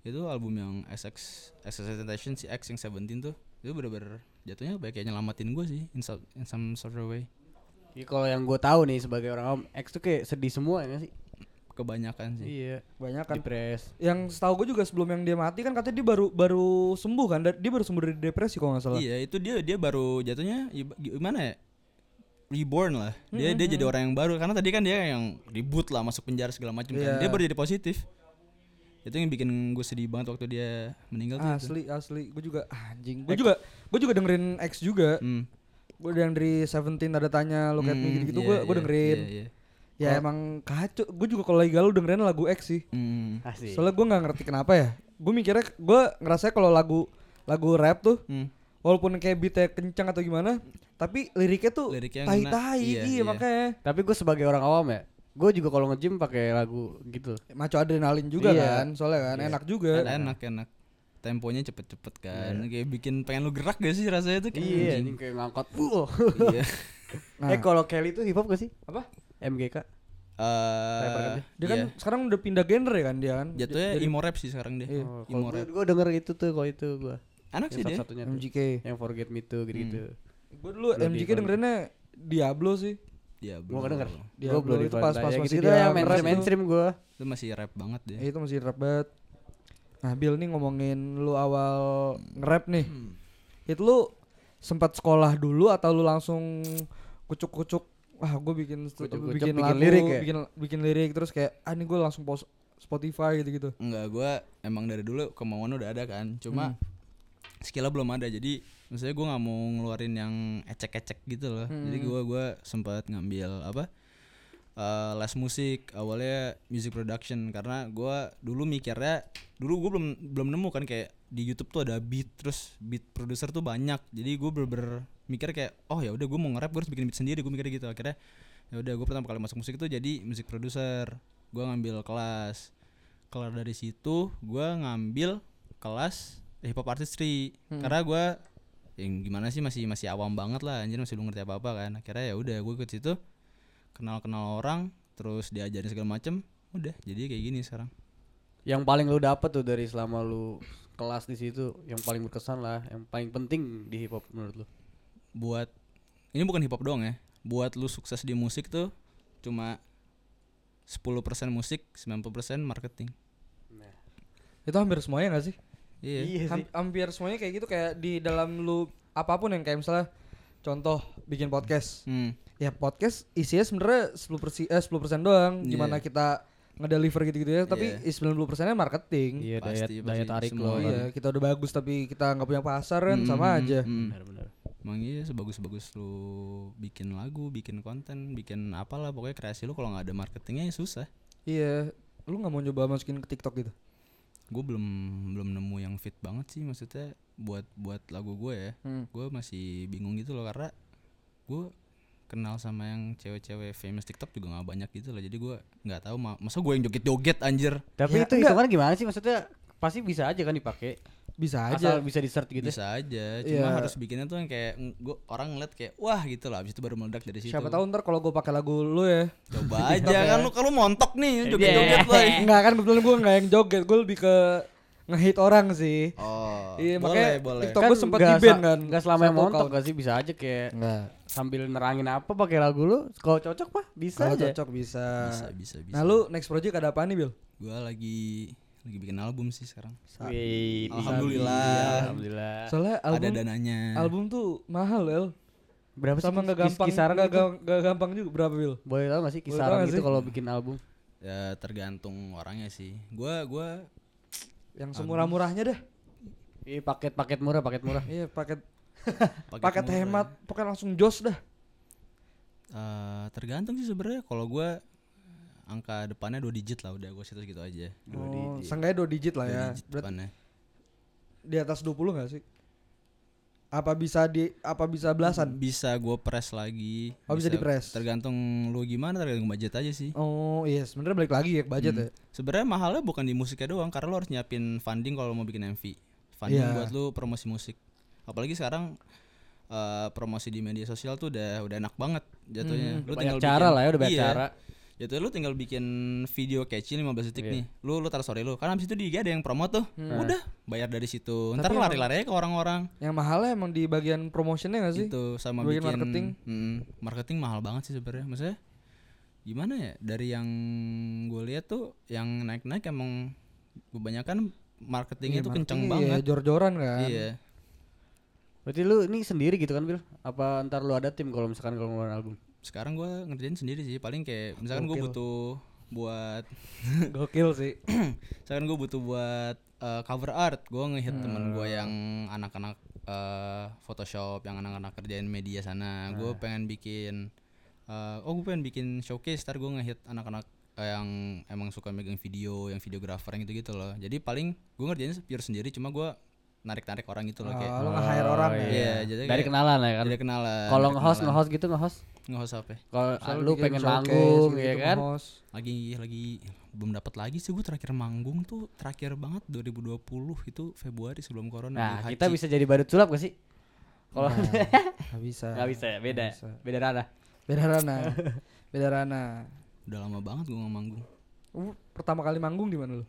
[SPEAKER 3] Itu album yang XXXTentacion si X yang 17 tuh. Itu bener-bener jatuhnya kayak nyelamatin gue sih in some sort of way.
[SPEAKER 2] Ya, kalau yang gue tahu nih sebagai orang awam, X tuh kayak sedih semua ya gak sih?
[SPEAKER 3] Kebanyakan sih.
[SPEAKER 2] Iya,
[SPEAKER 1] Banyak kan.
[SPEAKER 2] depres.
[SPEAKER 1] Yang setahu gue juga sebelum yang dia mati kan katanya dia baru sembuh kan. Dia baru sembuh dari depresi kalau nggak salah.
[SPEAKER 3] Iya, itu dia baru jatuhnya gimana ya? Reborn lah. Dia jadi orang yang baru karena tadi kan dia yang ribut lah, masuk penjara segala macam kan. Dia baru jadi positif. Itu yang bikin gue sedih banget waktu dia meninggal tuh.
[SPEAKER 1] Asli. Gue juga anjing. Gue juga dengerin X juga. Gue yang dari 17 ada tanya Look at Me gitu-gitu gue dengerin.
[SPEAKER 3] Iya.
[SPEAKER 1] Ya emang kacau. Gue juga kalau lagi galau dengerin lagu X sih.
[SPEAKER 2] Asik.
[SPEAKER 1] Soalnya gue nggak ngerti kenapa ya. Gue ngerasa kalau lagu rap tuh walaupun kayak beatnya kencang atau gimana, tapi liriknya tuh tai-tai. Iya makanya.
[SPEAKER 2] Tapi gue sebagai orang awam ya, gue juga kalau nge-gym pakai lagu gitu.
[SPEAKER 1] Maco adrenalin juga kan. Soalnya kan enak juga.
[SPEAKER 3] Enak. Temponya cepet-cepet kan. Kayak bikin pengen lu gerak gak sih rasanya tuh kayak
[SPEAKER 2] Iya, ini kayak ngangkat.
[SPEAKER 3] Iya.
[SPEAKER 1] Nah.
[SPEAKER 2] Kalau Kelly itu hip hop gak sih?
[SPEAKER 1] Apa?
[SPEAKER 2] MGK.
[SPEAKER 1] Dia kan sekarang udah pindah genre kan dia kan.
[SPEAKER 3] Jatuhnya emo rap sih sekarang dia. Emo rap.
[SPEAKER 2] Gue denger itu tuh kalau itu gue.
[SPEAKER 3] Enak sih dia.
[SPEAKER 2] Satunya
[SPEAKER 1] MGK.
[SPEAKER 2] Yang Forget Me Too gitu-gitu.
[SPEAKER 1] Gue dulu MGK dengerinnya Diablo sih.
[SPEAKER 3] Diablo.
[SPEAKER 2] Gue gak denger.
[SPEAKER 1] Diablo
[SPEAKER 2] Gue belum
[SPEAKER 1] itu pas masih
[SPEAKER 2] gitu
[SPEAKER 1] dia
[SPEAKER 2] ya mainstream gue.
[SPEAKER 3] Itu masih rap banget dia.
[SPEAKER 1] Itu masih rap banget. Nah Bill nih ngomongin lu awal nge-rap nih. Itu lu sempat sekolah dulu atau lu langsung kucuk-kucuk gue bikin lagu,
[SPEAKER 2] lirik ya?
[SPEAKER 1] bikin lirik terus kayak ini gue langsung post Spotify gitu-gitu.
[SPEAKER 3] Enggak, gue emang dari dulu kemauan udah ada kan. Cuma skillnya belum ada. Jadi misalnya gue nggak mau ngeluarin yang ecek-ecek gitu loh. Jadi gue sempat ngambil les musik, awalnya music production, karena gue dulu mikirnya gue belum nemu kan kayak di YouTube tuh ada beat, terus beat producer tuh banyak. Jadi gue mikir kayak ya udah gue mau nge-rap gue harus bikin beat sendiri, gue mikir gitu. Akhirnya ya udah gue pertama kali masuk musik itu jadi music producer. Gue ngambil kelas, kelar dari situ gue ngambil kelas hip hop artistry karena gue yang gimana sih masih awam banget lah anjir, masih belum ngerti apa-apa kan. Akhirnya ya udah gue ikut situ, kenal orang, terus diajarin segala macem, udah jadi kayak gini sekarang.
[SPEAKER 2] Yang paling lu dapet tuh dari selama lu kelas di situ, yang paling berkesan lah, yang paling penting di hip hop menurut lu?
[SPEAKER 3] Buat ini bukan hip hop doang ya, buat lu sukses di musik tuh cuma 10% musik, 90% marketing.
[SPEAKER 1] Itu hampir semuanya gak sih?
[SPEAKER 3] Iya
[SPEAKER 2] sih.
[SPEAKER 1] Hampir semuanya kayak gitu, kayak di dalam lu apapun yang kayak misalnya contoh bikin podcast. Ya podcast isinya sebenarnya 10% doang. Gimana kita ngedeliver gitu-gitu ya, tapi 90%-nya marketing.
[SPEAKER 2] Iya,
[SPEAKER 3] Pasti
[SPEAKER 2] daya tarik lo.
[SPEAKER 1] Iya, kita udah bagus tapi kita nggak punya pasar kan sama aja.
[SPEAKER 2] Benar-benar.
[SPEAKER 3] Emang iya sebagus-bagus lu bikin lagu, bikin konten, bikin apalah pokoknya kreasi lu kalau nggak ada marketingnya ya susah.
[SPEAKER 1] Iya, lu nggak mau coba masukin ke TikTok gitu?
[SPEAKER 3] Gue belum nemu yang fit banget sih, maksudnya buat lagu gue ya. Gue masih bingung gitu loh karena gue kenal sama yang cewek-cewek famous TikTok juga nggak banyak gitu loh. Jadi gue nggak tahu masa gue yang joget-joget anjir.
[SPEAKER 2] Tapi
[SPEAKER 1] Ya,
[SPEAKER 2] itu hitungan gimana sih, maksudnya pasti bisa aja kan dipakai.
[SPEAKER 1] Bisa aja.
[SPEAKER 2] Asal bisa di search gitu.
[SPEAKER 3] Bisa aja, cuma harus bikinnya tuh yang kayak gue orang ngeliat kayak wah gitu lah, abis itu baru meledak dari situ.
[SPEAKER 1] Siapa tahu ntar kalau gue pakai lagu lu ya.
[SPEAKER 3] Coba aja kan lu kalau montok nih joget-joget lah.
[SPEAKER 1] Enggak kan, kebetulan gue nggak yang joget, gue lebih ke nge-hit orang sih.
[SPEAKER 3] Oh,
[SPEAKER 1] iya,
[SPEAKER 3] boleh.
[SPEAKER 1] makanya TikTok gue sempet di band kan.
[SPEAKER 2] Gak selama yang
[SPEAKER 1] Satu
[SPEAKER 2] montok
[SPEAKER 1] account.
[SPEAKER 2] gak sih, bisa aja kayak
[SPEAKER 1] Enggak.
[SPEAKER 2] sambil nerangin apa pakai lagu lu. Kalau cocok mah bisa
[SPEAKER 1] Kalau
[SPEAKER 2] aja.
[SPEAKER 1] cocok bisa.
[SPEAKER 3] Bisa.
[SPEAKER 1] Nah lu next project ada apa nih Bil?
[SPEAKER 3] Gue lagi bikin album sih sekarang.
[SPEAKER 2] Wih,
[SPEAKER 3] Alhamdulillah.
[SPEAKER 2] Alhamdulillah.
[SPEAKER 1] Soalnya
[SPEAKER 3] Ada dananya.
[SPEAKER 1] album tuh mahal El.
[SPEAKER 2] Berapa sih
[SPEAKER 1] Sama nggak gampang,
[SPEAKER 2] kisaran gitu?
[SPEAKER 1] nggak gampang juga. Berapa Bil?
[SPEAKER 2] Boleh tahu gak sih
[SPEAKER 1] Boleh tahu
[SPEAKER 2] kisaran
[SPEAKER 1] nggak
[SPEAKER 2] gitu
[SPEAKER 1] sih?
[SPEAKER 2] kalau bikin album?
[SPEAKER 3] Ya tergantung orangnya sih. Gue
[SPEAKER 1] Yang semurah-murahnya dah.
[SPEAKER 2] Iya, paket murah.
[SPEAKER 1] Iya, paket hemat, pokoknya langsung jos dah.
[SPEAKER 3] Tergantung sih sebenarnya. Kalau gue angka depannya 2 digit lah, udah gue gitu aja.
[SPEAKER 1] Seenggaknya 2 digit lah
[SPEAKER 3] 2
[SPEAKER 1] ya.
[SPEAKER 3] digit
[SPEAKER 1] Berarti
[SPEAKER 3] depannya.
[SPEAKER 1] di atas 20 enggak sih? Apa bisa belasan?
[SPEAKER 3] Bisa gue press lagi.
[SPEAKER 1] Oh, bisa di-press.
[SPEAKER 3] Tergantung lu gimana, tergantung budget aja sih.
[SPEAKER 1] Oh iya, sebenarnya balik lagi ya ke budget ya.
[SPEAKER 3] Sebenarnya mahalnya bukan di musiknya doang, karena lu harus nyiapin funding kalau mau bikin MV. Funding buat lu promosi musik. Apalagi sekarang promosi di media sosial tuh udah enak banget jatuhnya. Lu
[SPEAKER 2] Banyak
[SPEAKER 3] tinggal
[SPEAKER 2] cara
[SPEAKER 3] bikin,
[SPEAKER 2] lah ya, udah banyak
[SPEAKER 3] iya,
[SPEAKER 2] cara.
[SPEAKER 3] Itu lu tinggal bikin video catchy 15 detik nih. Lu taruh story lu. Kan habis itu di IG ada yang promo tuh. Udah, bayar dari situ. Ntar lari-lari aja ke orang-orang.
[SPEAKER 1] Yang mahalnya emang di bagian promotionnya gak sih?
[SPEAKER 3] Itu sama
[SPEAKER 1] Bagian
[SPEAKER 3] bikin
[SPEAKER 1] marketing.
[SPEAKER 3] Marketing mahal banget sih sebenarnya. Maksudnya gimana ya? Dari yang gue lihat tuh yang naik-naik emang kebanyakan marketingnya tuh kenceng banget.
[SPEAKER 1] Iya, jor-joran kan.
[SPEAKER 3] Iya.
[SPEAKER 2] Berarti lu ini sendiri gitu kan, Bil? Apa ntar lu ada tim kalau misalkan kalau ngeluarin album?
[SPEAKER 3] Sekarang gue ngerjain sendiri sih. Paling kayak misalkan gue butuh buat
[SPEAKER 1] Gokil sih.
[SPEAKER 3] misalkan gue butuh buat cover art, gue ngehit temen gue yang anak-anak Photoshop, yang anak-anak kerjain media sana. Gue pengen bikin gue pengen bikin showcase. Ntar gue ngehit anak-anak yang emang suka megang video, yang videographer yang gitu-gitu loh. Jadi paling gue ngerjainnya pure sendiri, cuma gue narik-narik orang gitu loh kayak.
[SPEAKER 1] Lu nge-hire orang ya.
[SPEAKER 3] Iya, jadi
[SPEAKER 2] Dari
[SPEAKER 3] kayak
[SPEAKER 2] kenalan ya kan.
[SPEAKER 3] dari kenalan.
[SPEAKER 2] Kalau
[SPEAKER 3] dari
[SPEAKER 2] nge-host
[SPEAKER 3] kenalan.
[SPEAKER 2] gitu nge-host.
[SPEAKER 3] Nge-host apa?
[SPEAKER 2] Kalau
[SPEAKER 1] Misalnya
[SPEAKER 2] lu
[SPEAKER 1] bikin
[SPEAKER 2] pengen
[SPEAKER 1] showcase
[SPEAKER 2] manggung
[SPEAKER 1] gitu,
[SPEAKER 2] ya kan.
[SPEAKER 1] nge-host.
[SPEAKER 3] Lagi belum dapat lagi sih. Gue terakhir manggung tuh terakhir banget 2020 itu Februari sebelum corona.
[SPEAKER 2] Nah,
[SPEAKER 3] di
[SPEAKER 2] kita
[SPEAKER 3] Haji.
[SPEAKER 2] bisa jadi badut sulap gak sih? Kalau
[SPEAKER 1] Gak bisa.
[SPEAKER 2] nggak bisa ya, beda.
[SPEAKER 1] Nggak bisa.
[SPEAKER 2] Beda ranah.
[SPEAKER 1] Beda ranah. Beda ranah.
[SPEAKER 3] Udah lama banget gue nggak manggung.
[SPEAKER 1] Pertama kali manggung di mana lu?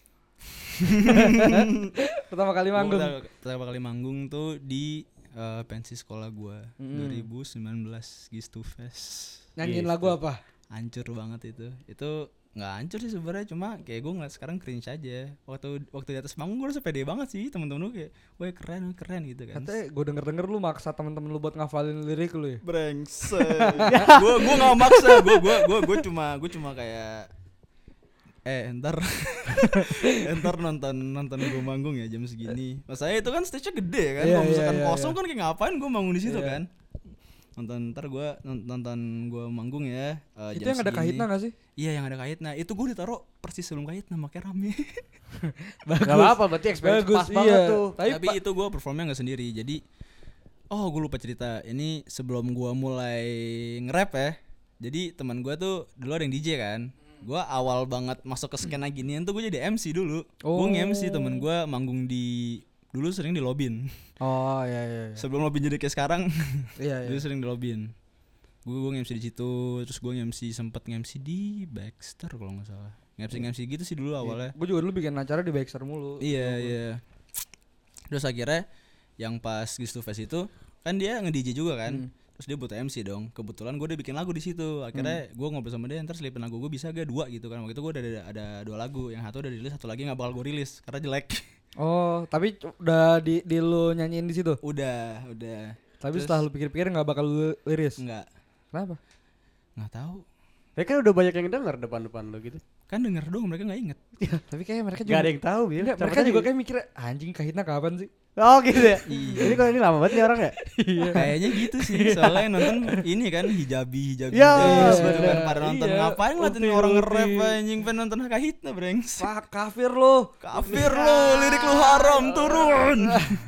[SPEAKER 1] Pertama kali manggung.
[SPEAKER 3] Pertama kali manggung tuh di pensi sekolah gue 2019 Gistu Fest.
[SPEAKER 1] Nyanyiin lagu apa?
[SPEAKER 3] Hancur banget itu. Itu nggak hancur sih sebenarnya, cuma kayak gue ngeliat sekarang cringe aja. Waktu di atas panggung gue rasa pede banget sih, temen-temen lu kayak, wah keren gitu kan.
[SPEAKER 1] Katanya gue denger lu maksa temen-temen lu buat ngafalin lirik lu ya.
[SPEAKER 3] Brengsek. Gue nggak maksa, gue cuma kayak ntar nonton gue manggung ya jam segini. Masalahnya itu kan stage-nya gede kan. Kalau misalkan kosong kan kayak ngapain gue manggung di situ kan. Ntar gue nonton gue manggung ya.
[SPEAKER 1] Itu
[SPEAKER 3] jam
[SPEAKER 1] yang ada
[SPEAKER 3] segini.
[SPEAKER 1] kahitna gak sih?
[SPEAKER 3] Iya yang ada kahitna. Itu gue ditaruh persis sebelum kahitna, makanya rame.
[SPEAKER 2] Gak apa-apa, berarti experience
[SPEAKER 1] Bagus,
[SPEAKER 2] pas banget tuh.
[SPEAKER 3] Tapi itu gue performnya nggak sendiri. Jadi gue lupa cerita. Ini sebelum gue mulai nge-rap ya. Jadi teman gue tuh dulu ada yang DJ kan. Gue awal banget masuk ke skena ginian tuh gue jadi MC dulu. Gue nge-MC temen gue manggung dulu sering di Lobin.
[SPEAKER 1] Oh iya.
[SPEAKER 3] Sebelum Lobin jadi kayak sekarang.
[SPEAKER 1] Iya.
[SPEAKER 3] Dulu sering di Lobin. Gue nge-MC di situ, terus gue sempet nge-MC di Baxter kalau nggak salah. Nge-MC gitu sih dulu awalnya.
[SPEAKER 1] Gue juga dulu bikin acara di Baxter mulu.
[SPEAKER 3] Iya. Terus akhirnya yang pas Gistu Fest itu kan dia nge-DJ juga kan. Terus dia butuh MC dong. Kebetulan gue udah bikin lagu di situ. Akhirnya gue ngobrol sama dia, ntar selipin lagu gue bisa gak 2 gitu kan. Waktu itu gue ada 2 lagu. Yang satu udah dirilis, satu lagi gak bakal gue rilis karena jelek.
[SPEAKER 1] Oh, tapi udah di lu nyanyiin di situ?
[SPEAKER 3] Udah.
[SPEAKER 1] Tapi
[SPEAKER 3] Terus,
[SPEAKER 1] setelah lu pikir-pikir gak bakal lu liris?
[SPEAKER 3] Enggak.
[SPEAKER 1] Kenapa?
[SPEAKER 3] Nggak tahu.
[SPEAKER 2] Ya kan udah banyak yang denger depan-depan lo gitu.
[SPEAKER 3] Kan denger doang, mereka nggak inget.
[SPEAKER 1] Tapi kayaknya mereka
[SPEAKER 2] Gak
[SPEAKER 1] juga
[SPEAKER 2] ada yang tahu, Bil.
[SPEAKER 1] Enggak, mereka juga kayak mikir anjing kahitna kapan sih?
[SPEAKER 2] Oh gitu ya.
[SPEAKER 3] Iya.
[SPEAKER 2] Jadi kalau ini lama banget nih orang ya.
[SPEAKER 3] Kayaknya gitu sih. Soalnya yang nonton ini kan hijabi
[SPEAKER 2] Ya,
[SPEAKER 3] terus gitu kan
[SPEAKER 1] bener.
[SPEAKER 3] pada nonton.
[SPEAKER 1] Iya,
[SPEAKER 3] Ngapain ngeliatin
[SPEAKER 1] ulti,
[SPEAKER 3] orang
[SPEAKER 1] ulti.
[SPEAKER 3] nge-rap anjing, pengen nonton kahitna brengs.
[SPEAKER 1] Wah, kafir lu.
[SPEAKER 3] Kafir lu, lirik lu haram, turun.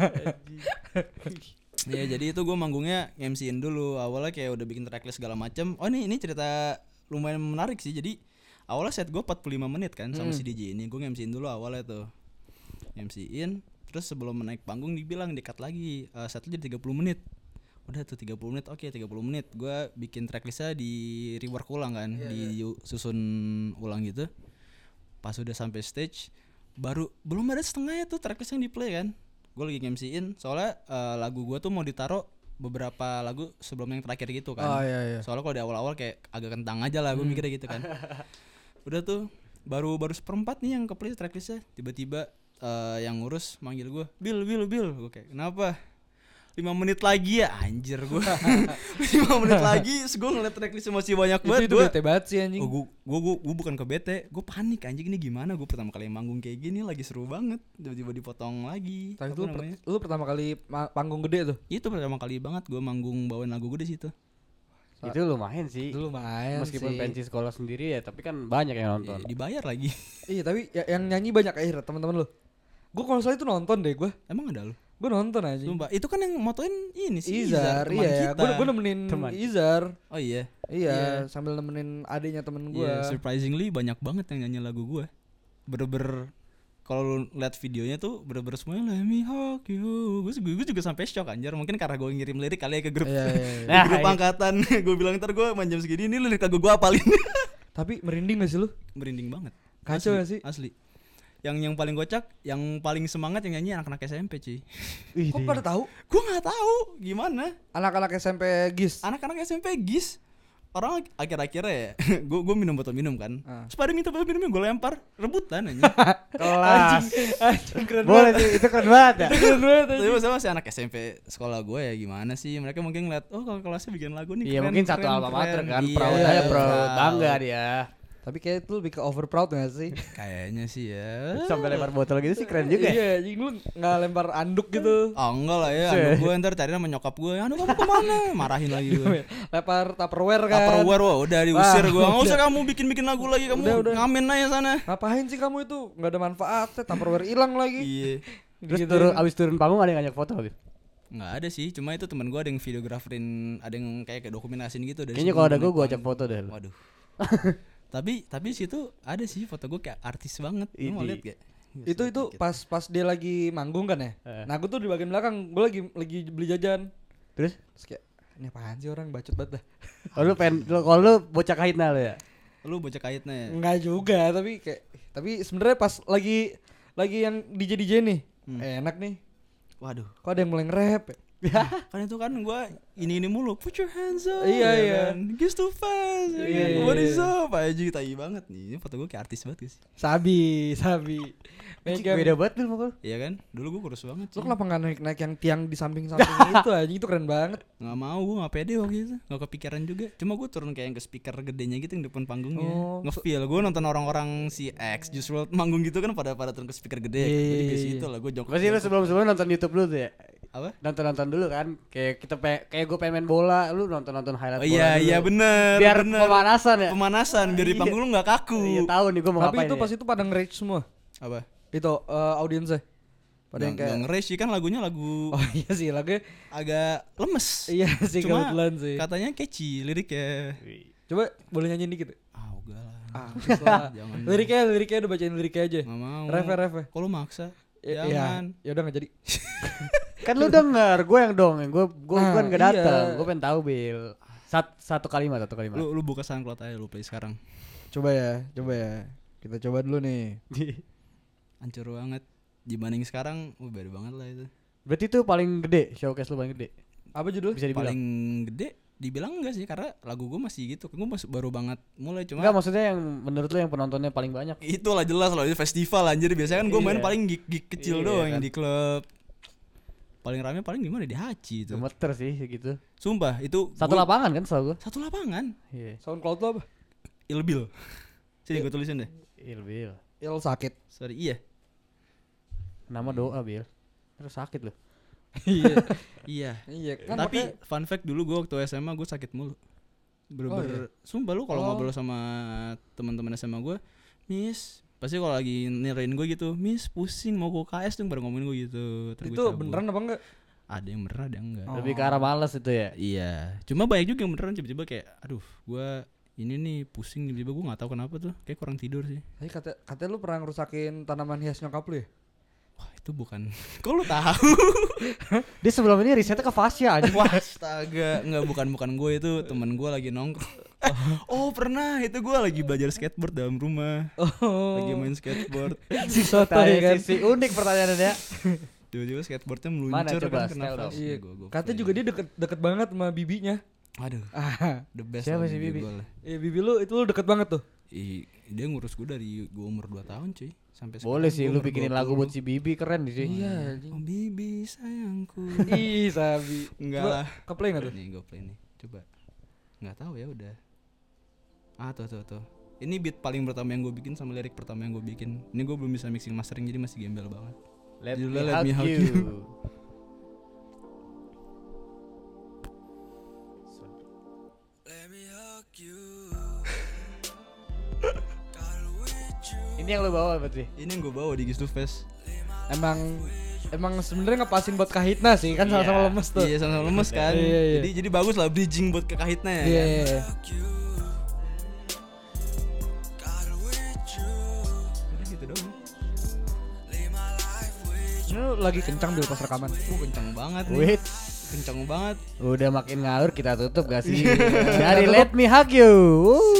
[SPEAKER 3] Ya jadi itu gue manggungnya MC-in dulu. Awalnya kayak udah bikin tracklist segala macem. Oh ini cerita lumayan menarik sih. Jadi awalnya set gue 45 menit kan sama si DJ ini. Gue MC-in dulu awalnya tuh. MC-in. Terus sebelum naik panggung dibilang di-cut lagi. Setnya jadi 30 menit. Udah tuh 30 menit. Oke 30 menit. Gue bikin tracklistnya di rework ulang kan. Disusun ulang gitu. Pas udah sampai stage. Belum ada setengahnya tuh tracklist yang di play kan. Gue lagi MC-in. Soalnya lagu gue tuh mau ditaruh beberapa lagu sebelum yang terakhir gitu kan.
[SPEAKER 1] Oh iya.
[SPEAKER 3] Soalnya kalau di awal-awal kayak agak kentang aja lah gue mikirnya gitu kan. Udah tuh baru seperempat nih yang ke-play tracklistnya. Tiba-tiba yang ngurus manggil gue, Bil. Gue kayak kenapa? 5 menit lagi ya anjir gue. 5 menit lagi terus gue ngeliat tracklistnya masih banyak banget.
[SPEAKER 1] Itu bete banget sih anjing.
[SPEAKER 3] Gue bukan ke bete, gue panik anjing ini gimana. Gue pertama kali manggung kayak gini lagi seru banget. Tiba-tiba dipotong lagi.
[SPEAKER 1] Tapi itu lu pertama kali panggung gede tuh?
[SPEAKER 3] Itu pertama kali banget gue manggung bawain lagu gue di situ.
[SPEAKER 2] Itu lumayan sih.
[SPEAKER 1] Itu lumayan
[SPEAKER 2] Meskipun
[SPEAKER 1] sih.
[SPEAKER 2] pensi sekolah sendiri ya, tapi kan banyak yang nonton.
[SPEAKER 3] Dibayar lagi.
[SPEAKER 1] Iya tapi yang nyanyi banyak akhirnya teman-teman lu. Gue kalau salah itu nonton deh gue.
[SPEAKER 3] Emang ada lu?
[SPEAKER 1] Gue nonton aja.
[SPEAKER 3] Sumpah, itu kan yang motoin ini sih
[SPEAKER 1] Izar,
[SPEAKER 3] teman
[SPEAKER 1] iya.
[SPEAKER 3] kita.
[SPEAKER 1] Gue nemenin
[SPEAKER 2] Teman.
[SPEAKER 1] Izar.
[SPEAKER 3] Oh iya.
[SPEAKER 1] Iya, sambil nemenin adiknya temen gue.
[SPEAKER 3] Iya, surprisingly banyak banget yang nyanyi lagu gue. Bener-bener kalau lu lihat videonya tuh bener-bener semuanya let me hug you. Gue juga sampai shock anjir. Mungkin karena gue ngirim lirik kali ya ke grup.
[SPEAKER 1] Iya.
[SPEAKER 3] Di grup angkatan. Gue bilang ntar gue manjam segini ini lirik lagu gue apalin.
[SPEAKER 1] Tapi merinding gak sih lu?
[SPEAKER 3] Merinding banget.
[SPEAKER 1] Kacau
[SPEAKER 3] Asli,
[SPEAKER 1] gak sih?
[SPEAKER 3] Asli. Yang paling kocak, yang paling semangat yang nyanyi anak-anak SMP cuy.
[SPEAKER 1] Kok pada tahu?
[SPEAKER 3] Gue nggak tahu gimana.
[SPEAKER 1] Anak-anak SMP GIS.
[SPEAKER 3] Anak-anak SMP GIS. Orang akhir-akhirnya ya, gue minum botol minum kan. Terus pada minta botol minumnya gue lempar, rebutan aja.
[SPEAKER 2] Kelas.
[SPEAKER 1] Anjing keren
[SPEAKER 2] Boleh
[SPEAKER 1] banget.
[SPEAKER 2] sih, itu keren banget ya.
[SPEAKER 1] Keren banget.
[SPEAKER 3] Tapi maksudnya masih anak SMP sekolah gue ya gimana sih. Mereka mungkin ngeliat, oh kalau kelasnya bikin lagu nih
[SPEAKER 2] Iya
[SPEAKER 3] keren,
[SPEAKER 2] mungkin satu
[SPEAKER 3] keren,
[SPEAKER 2] alma mater
[SPEAKER 3] keren.
[SPEAKER 2] kan,
[SPEAKER 3] Iya,
[SPEAKER 2] proud aja bro,
[SPEAKER 3] proud.
[SPEAKER 2] bangga dia.
[SPEAKER 1] Tapi kayak itu lebih ke over proud gak sih?
[SPEAKER 3] Kayaknya sih ya.
[SPEAKER 2] Sampai lempar botol gitu sih keren juga.
[SPEAKER 1] Iya, anjing lu gak lempar anduk gitu.
[SPEAKER 3] Oh enggak lah ya, anduk gue ntar cari sama nyokap gue. Anduk kamu kemana? Marahin lagi gue.
[SPEAKER 1] Lempar Tupperware kan.
[SPEAKER 3] Tupperware, wah udah diusir
[SPEAKER 1] Wah,
[SPEAKER 3] gue. Nggak usah
[SPEAKER 1] udah.
[SPEAKER 3] kamu bikin lagu lagi, kamu
[SPEAKER 1] Udah.
[SPEAKER 3] ngamen aja sana.
[SPEAKER 1] Ngapain sih kamu itu? Gak ada manfaatnya, Tupperware hilang lagi.
[SPEAKER 3] Iya.
[SPEAKER 2] Terus
[SPEAKER 1] Gitu.
[SPEAKER 2] abis turun panggung ada yang ngajak foto habis.
[SPEAKER 3] Nggak ada sih, cuma itu teman gue ada yang videograferin, ada yang kayak dokumentasiin gitu. Dari
[SPEAKER 2] Kayaknya
[SPEAKER 3] sebelum
[SPEAKER 2] kalau ada
[SPEAKER 3] naik
[SPEAKER 2] gue ajak
[SPEAKER 3] panggung.
[SPEAKER 2] foto deh.
[SPEAKER 3] Waduh. tapi situ ada sih foto gue kayak artis banget. Lu mau lihat gak?
[SPEAKER 1] Itu pas dia lagi manggung kan ya. Nah, aku tuh di bagian belakang, gue lagi beli jajan.
[SPEAKER 2] Terus?
[SPEAKER 1] Terus kayak ini apaan sih orang bacot banget dah.
[SPEAKER 2] Kalau lu bocah kahitna lu ya.
[SPEAKER 3] Lu bocah kaitnya ya?
[SPEAKER 1] Enggak juga, tapi sebenarnya pas lagi yang DJ nih. Enak nih.
[SPEAKER 3] Waduh.
[SPEAKER 1] Kok ada yang mulai nge-rap ya?
[SPEAKER 3] Kan itu kan gue ini mulu, put your hands up.
[SPEAKER 1] Iya,
[SPEAKER 3] ya
[SPEAKER 1] iya.
[SPEAKER 3] kan? Gives too fast.
[SPEAKER 1] Iya,
[SPEAKER 3] What
[SPEAKER 1] iya.
[SPEAKER 3] is up? Aja tai banget nih. Ini foto gue kayak artis banget guys.
[SPEAKER 1] Sabi.
[SPEAKER 2] Beda banget lu mukul.
[SPEAKER 3] Iya kan? Dulu gue kurus banget.
[SPEAKER 1] Lu
[SPEAKER 3] cuy.
[SPEAKER 1] kenapa gak naik yang tiang di samping-samping itu aja, itu keren banget.
[SPEAKER 3] Nggak mau, gue nggak pede waktu itu, nggak kepikiran juga. Cuma gue turun kayak yang ke speaker gedenya gitu yang depan panggungnya.
[SPEAKER 1] Oh,
[SPEAKER 3] Nge-feel, gue nonton orang-orang si X Juice WRLD manggung gitu kan pada turun ke speaker gede.
[SPEAKER 1] Iya,
[SPEAKER 3] Jadi
[SPEAKER 1] iya,
[SPEAKER 3] ke
[SPEAKER 1] iya.
[SPEAKER 3] situ lah gue jongkok.
[SPEAKER 2] Pasti lu sebelum nonton YouTube dulu tuh ya.
[SPEAKER 3] Apa?
[SPEAKER 2] Nonton dulu kan. Kayak kayak gue pengen main bola, lu nonton highlight
[SPEAKER 3] Oh
[SPEAKER 2] bola.
[SPEAKER 3] iya
[SPEAKER 2] dulu.
[SPEAKER 3] iya bener.
[SPEAKER 2] Biar
[SPEAKER 3] bener.
[SPEAKER 2] pemanasan ya.
[SPEAKER 3] Pemanasan biar di
[SPEAKER 2] Iya.
[SPEAKER 3] panggung lu nggak kaku.
[SPEAKER 2] Iya tahu nih gue mau
[SPEAKER 1] Tapi
[SPEAKER 2] ngapain.
[SPEAKER 1] itu
[SPEAKER 2] ya.
[SPEAKER 1] pas itu pada nge-rage semua.
[SPEAKER 3] Apa?
[SPEAKER 1] Itu audiensnya. Pada yang kayak
[SPEAKER 3] nge-race sih kan lagunya lagu
[SPEAKER 1] oh iya sih lagunya.
[SPEAKER 3] agak lemes.
[SPEAKER 1] Iya sih
[SPEAKER 3] Cuma
[SPEAKER 1] kebetulan sih.
[SPEAKER 3] katanya catchy liriknya.
[SPEAKER 1] Coba boleh nyanyiin dikit.
[SPEAKER 3] Ah enggak lah.
[SPEAKER 1] Please lah.
[SPEAKER 3] Jangan.
[SPEAKER 1] Liriknya udah bacain liriknya aja.
[SPEAKER 3] Nggak mau.
[SPEAKER 1] Ref.
[SPEAKER 3] Kok lu maksa?
[SPEAKER 1] Iya.
[SPEAKER 3] Jangan.
[SPEAKER 1] Ya udah enggak jadi.
[SPEAKER 2] Kan lu denger, gue yang dong, gue
[SPEAKER 1] Nah,
[SPEAKER 2] kan gak datang,
[SPEAKER 1] iya.
[SPEAKER 2] gue pengen tahu Bil. Satu kalimat.
[SPEAKER 3] Lu buka SoundCloud aja, lu play sekarang.
[SPEAKER 1] Coba ya. Kita coba dulu nih.
[SPEAKER 3] Hancur banget. Dibanding sekarang, beda banget lah itu.
[SPEAKER 2] Berarti itu paling gede, showcase lu paling gede.
[SPEAKER 1] Apa judul?
[SPEAKER 2] Bisa dibilang.
[SPEAKER 3] Paling gede dibilang enggak sih, karena lagu gue masih gitu. Gue masih baru banget mulai, cuma
[SPEAKER 2] Enggak, maksudnya yang menurut lu yang penontonnya paling banyak.
[SPEAKER 3] itulah jelas loh, itu festival anjir. Biasanya kan gue main
[SPEAKER 2] Iya.
[SPEAKER 3] paling gig kecil
[SPEAKER 2] Iya,
[SPEAKER 3] doang
[SPEAKER 2] kan.
[SPEAKER 3] yang di klub. Paling rame paling gimana di Haji itu.
[SPEAKER 2] Gemeter sih gitu.
[SPEAKER 3] Sumpah itu
[SPEAKER 2] Satu
[SPEAKER 3] gua-
[SPEAKER 2] lapangan kan setahu gue.
[SPEAKER 3] Satu lapangan.
[SPEAKER 2] Iya.
[SPEAKER 1] SoundCloud lo apa?
[SPEAKER 3] Ilbil. Sini gue tulisin deh.
[SPEAKER 2] Bil.
[SPEAKER 1] Il sakit.
[SPEAKER 3] Sorry, iya.
[SPEAKER 2] Nama doa Bil. Terus sakit lu.
[SPEAKER 1] Iya.
[SPEAKER 3] Iya.
[SPEAKER 1] Iya kan.
[SPEAKER 3] Tapi
[SPEAKER 1] makanya-
[SPEAKER 3] fun fact dulu gue waktu SMA gue sakit mulu. Bener-bener sumpah lu kalau
[SPEAKER 1] Oh.
[SPEAKER 3] ngobrol sama teman-teman SMA gue, Miss, pasti kalau lagi nirain gue gitu, Miss pusing mau ke UKS tuh baru ngomongin gue gitu. Terus
[SPEAKER 1] itu
[SPEAKER 3] gua cabut.
[SPEAKER 1] beneran apa enggak?
[SPEAKER 3] Ada yang beneran, ada yang enggak.
[SPEAKER 1] Oh.
[SPEAKER 2] Lebih ke arah males itu ya.
[SPEAKER 3] Iya, cuma banyak juga yang beneran tiba-tiba kayak, aduh, gue ini nih pusing tiba-tiba gue nggak tahu kenapa tuh, kayak kurang tidur sih.
[SPEAKER 1] Tapi katanya lu pernah ngerusakin tanaman hias nyokap lu ya?
[SPEAKER 3] Wah itu bukan, kok lu tahu?
[SPEAKER 2] Dia sebelum ini risetnya ke fascia aja.
[SPEAKER 3] Wah astaga, nggak bukan gue itu teman gue lagi nongkrong. Oh pernah, itu gue lagi belajar skateboard dalam rumah, lagi main skateboard.
[SPEAKER 1] Si soto ya kan.
[SPEAKER 2] Sisi unik pertanyaannya.
[SPEAKER 3] Tiba-tiba skateboardnya
[SPEAKER 2] Mana
[SPEAKER 3] meluncur
[SPEAKER 2] coba,
[SPEAKER 3] kan kena
[SPEAKER 2] style dong.
[SPEAKER 3] flash.
[SPEAKER 1] Iya.
[SPEAKER 3] Gua
[SPEAKER 1] Katanya
[SPEAKER 3] play.
[SPEAKER 1] juga dia deket banget sama bibinya.
[SPEAKER 3] Aduh,
[SPEAKER 1] Ah,
[SPEAKER 3] the best.
[SPEAKER 2] Siapa
[SPEAKER 3] lah
[SPEAKER 2] sih Bibi?
[SPEAKER 3] gua lah.
[SPEAKER 1] iya bibi lu itu lu deket banget tuh.
[SPEAKER 3] Dia ngurus gue dari gue umur 2 tahun cuy sampai
[SPEAKER 2] Boleh
[SPEAKER 3] sekarang
[SPEAKER 2] sih
[SPEAKER 3] gua
[SPEAKER 2] lu
[SPEAKER 3] umur
[SPEAKER 2] bikinin
[SPEAKER 3] 20.
[SPEAKER 2] lagu buat si Bibi, keren sih.
[SPEAKER 1] Iya
[SPEAKER 3] Oh
[SPEAKER 1] anjing.
[SPEAKER 3] Bibi sayangku.
[SPEAKER 1] Ih sabi.
[SPEAKER 3] Enggak
[SPEAKER 1] Coba
[SPEAKER 3] lah.
[SPEAKER 1] keplay enggak tuh?
[SPEAKER 3] Nih gue play nih. Coba. Nggak tahu ya udah. Ah tuh. Ini beat paling pertama yang gue bikin sama lirik pertama yang gue bikin. Ini gue belum bisa mixing mastering jadi masih gembel banget.
[SPEAKER 2] Let me hug you. Ini yang lu bawa berarti.
[SPEAKER 3] Ini yang gue bawa di Gistu Fest.
[SPEAKER 1] Emang sebenarnya ngepasin buat Kahitna sih kan sama-sama lemes tuh.
[SPEAKER 3] Iya sama lemes kan.
[SPEAKER 1] Iya, iya.
[SPEAKER 3] Jadi bagus lah bridging buat ke Kahitna ya.
[SPEAKER 1] Iya.
[SPEAKER 3] kan?
[SPEAKER 1] Iya.
[SPEAKER 3] Udah gitu doang.
[SPEAKER 1] Ini lu lagi kencang bil pas rekaman.
[SPEAKER 3] Kenceng banget nih.
[SPEAKER 2] Wait,
[SPEAKER 3] Kenceng banget.
[SPEAKER 2] udah makin ngawur kita tutup gak sih? Dari Let Me Hug You.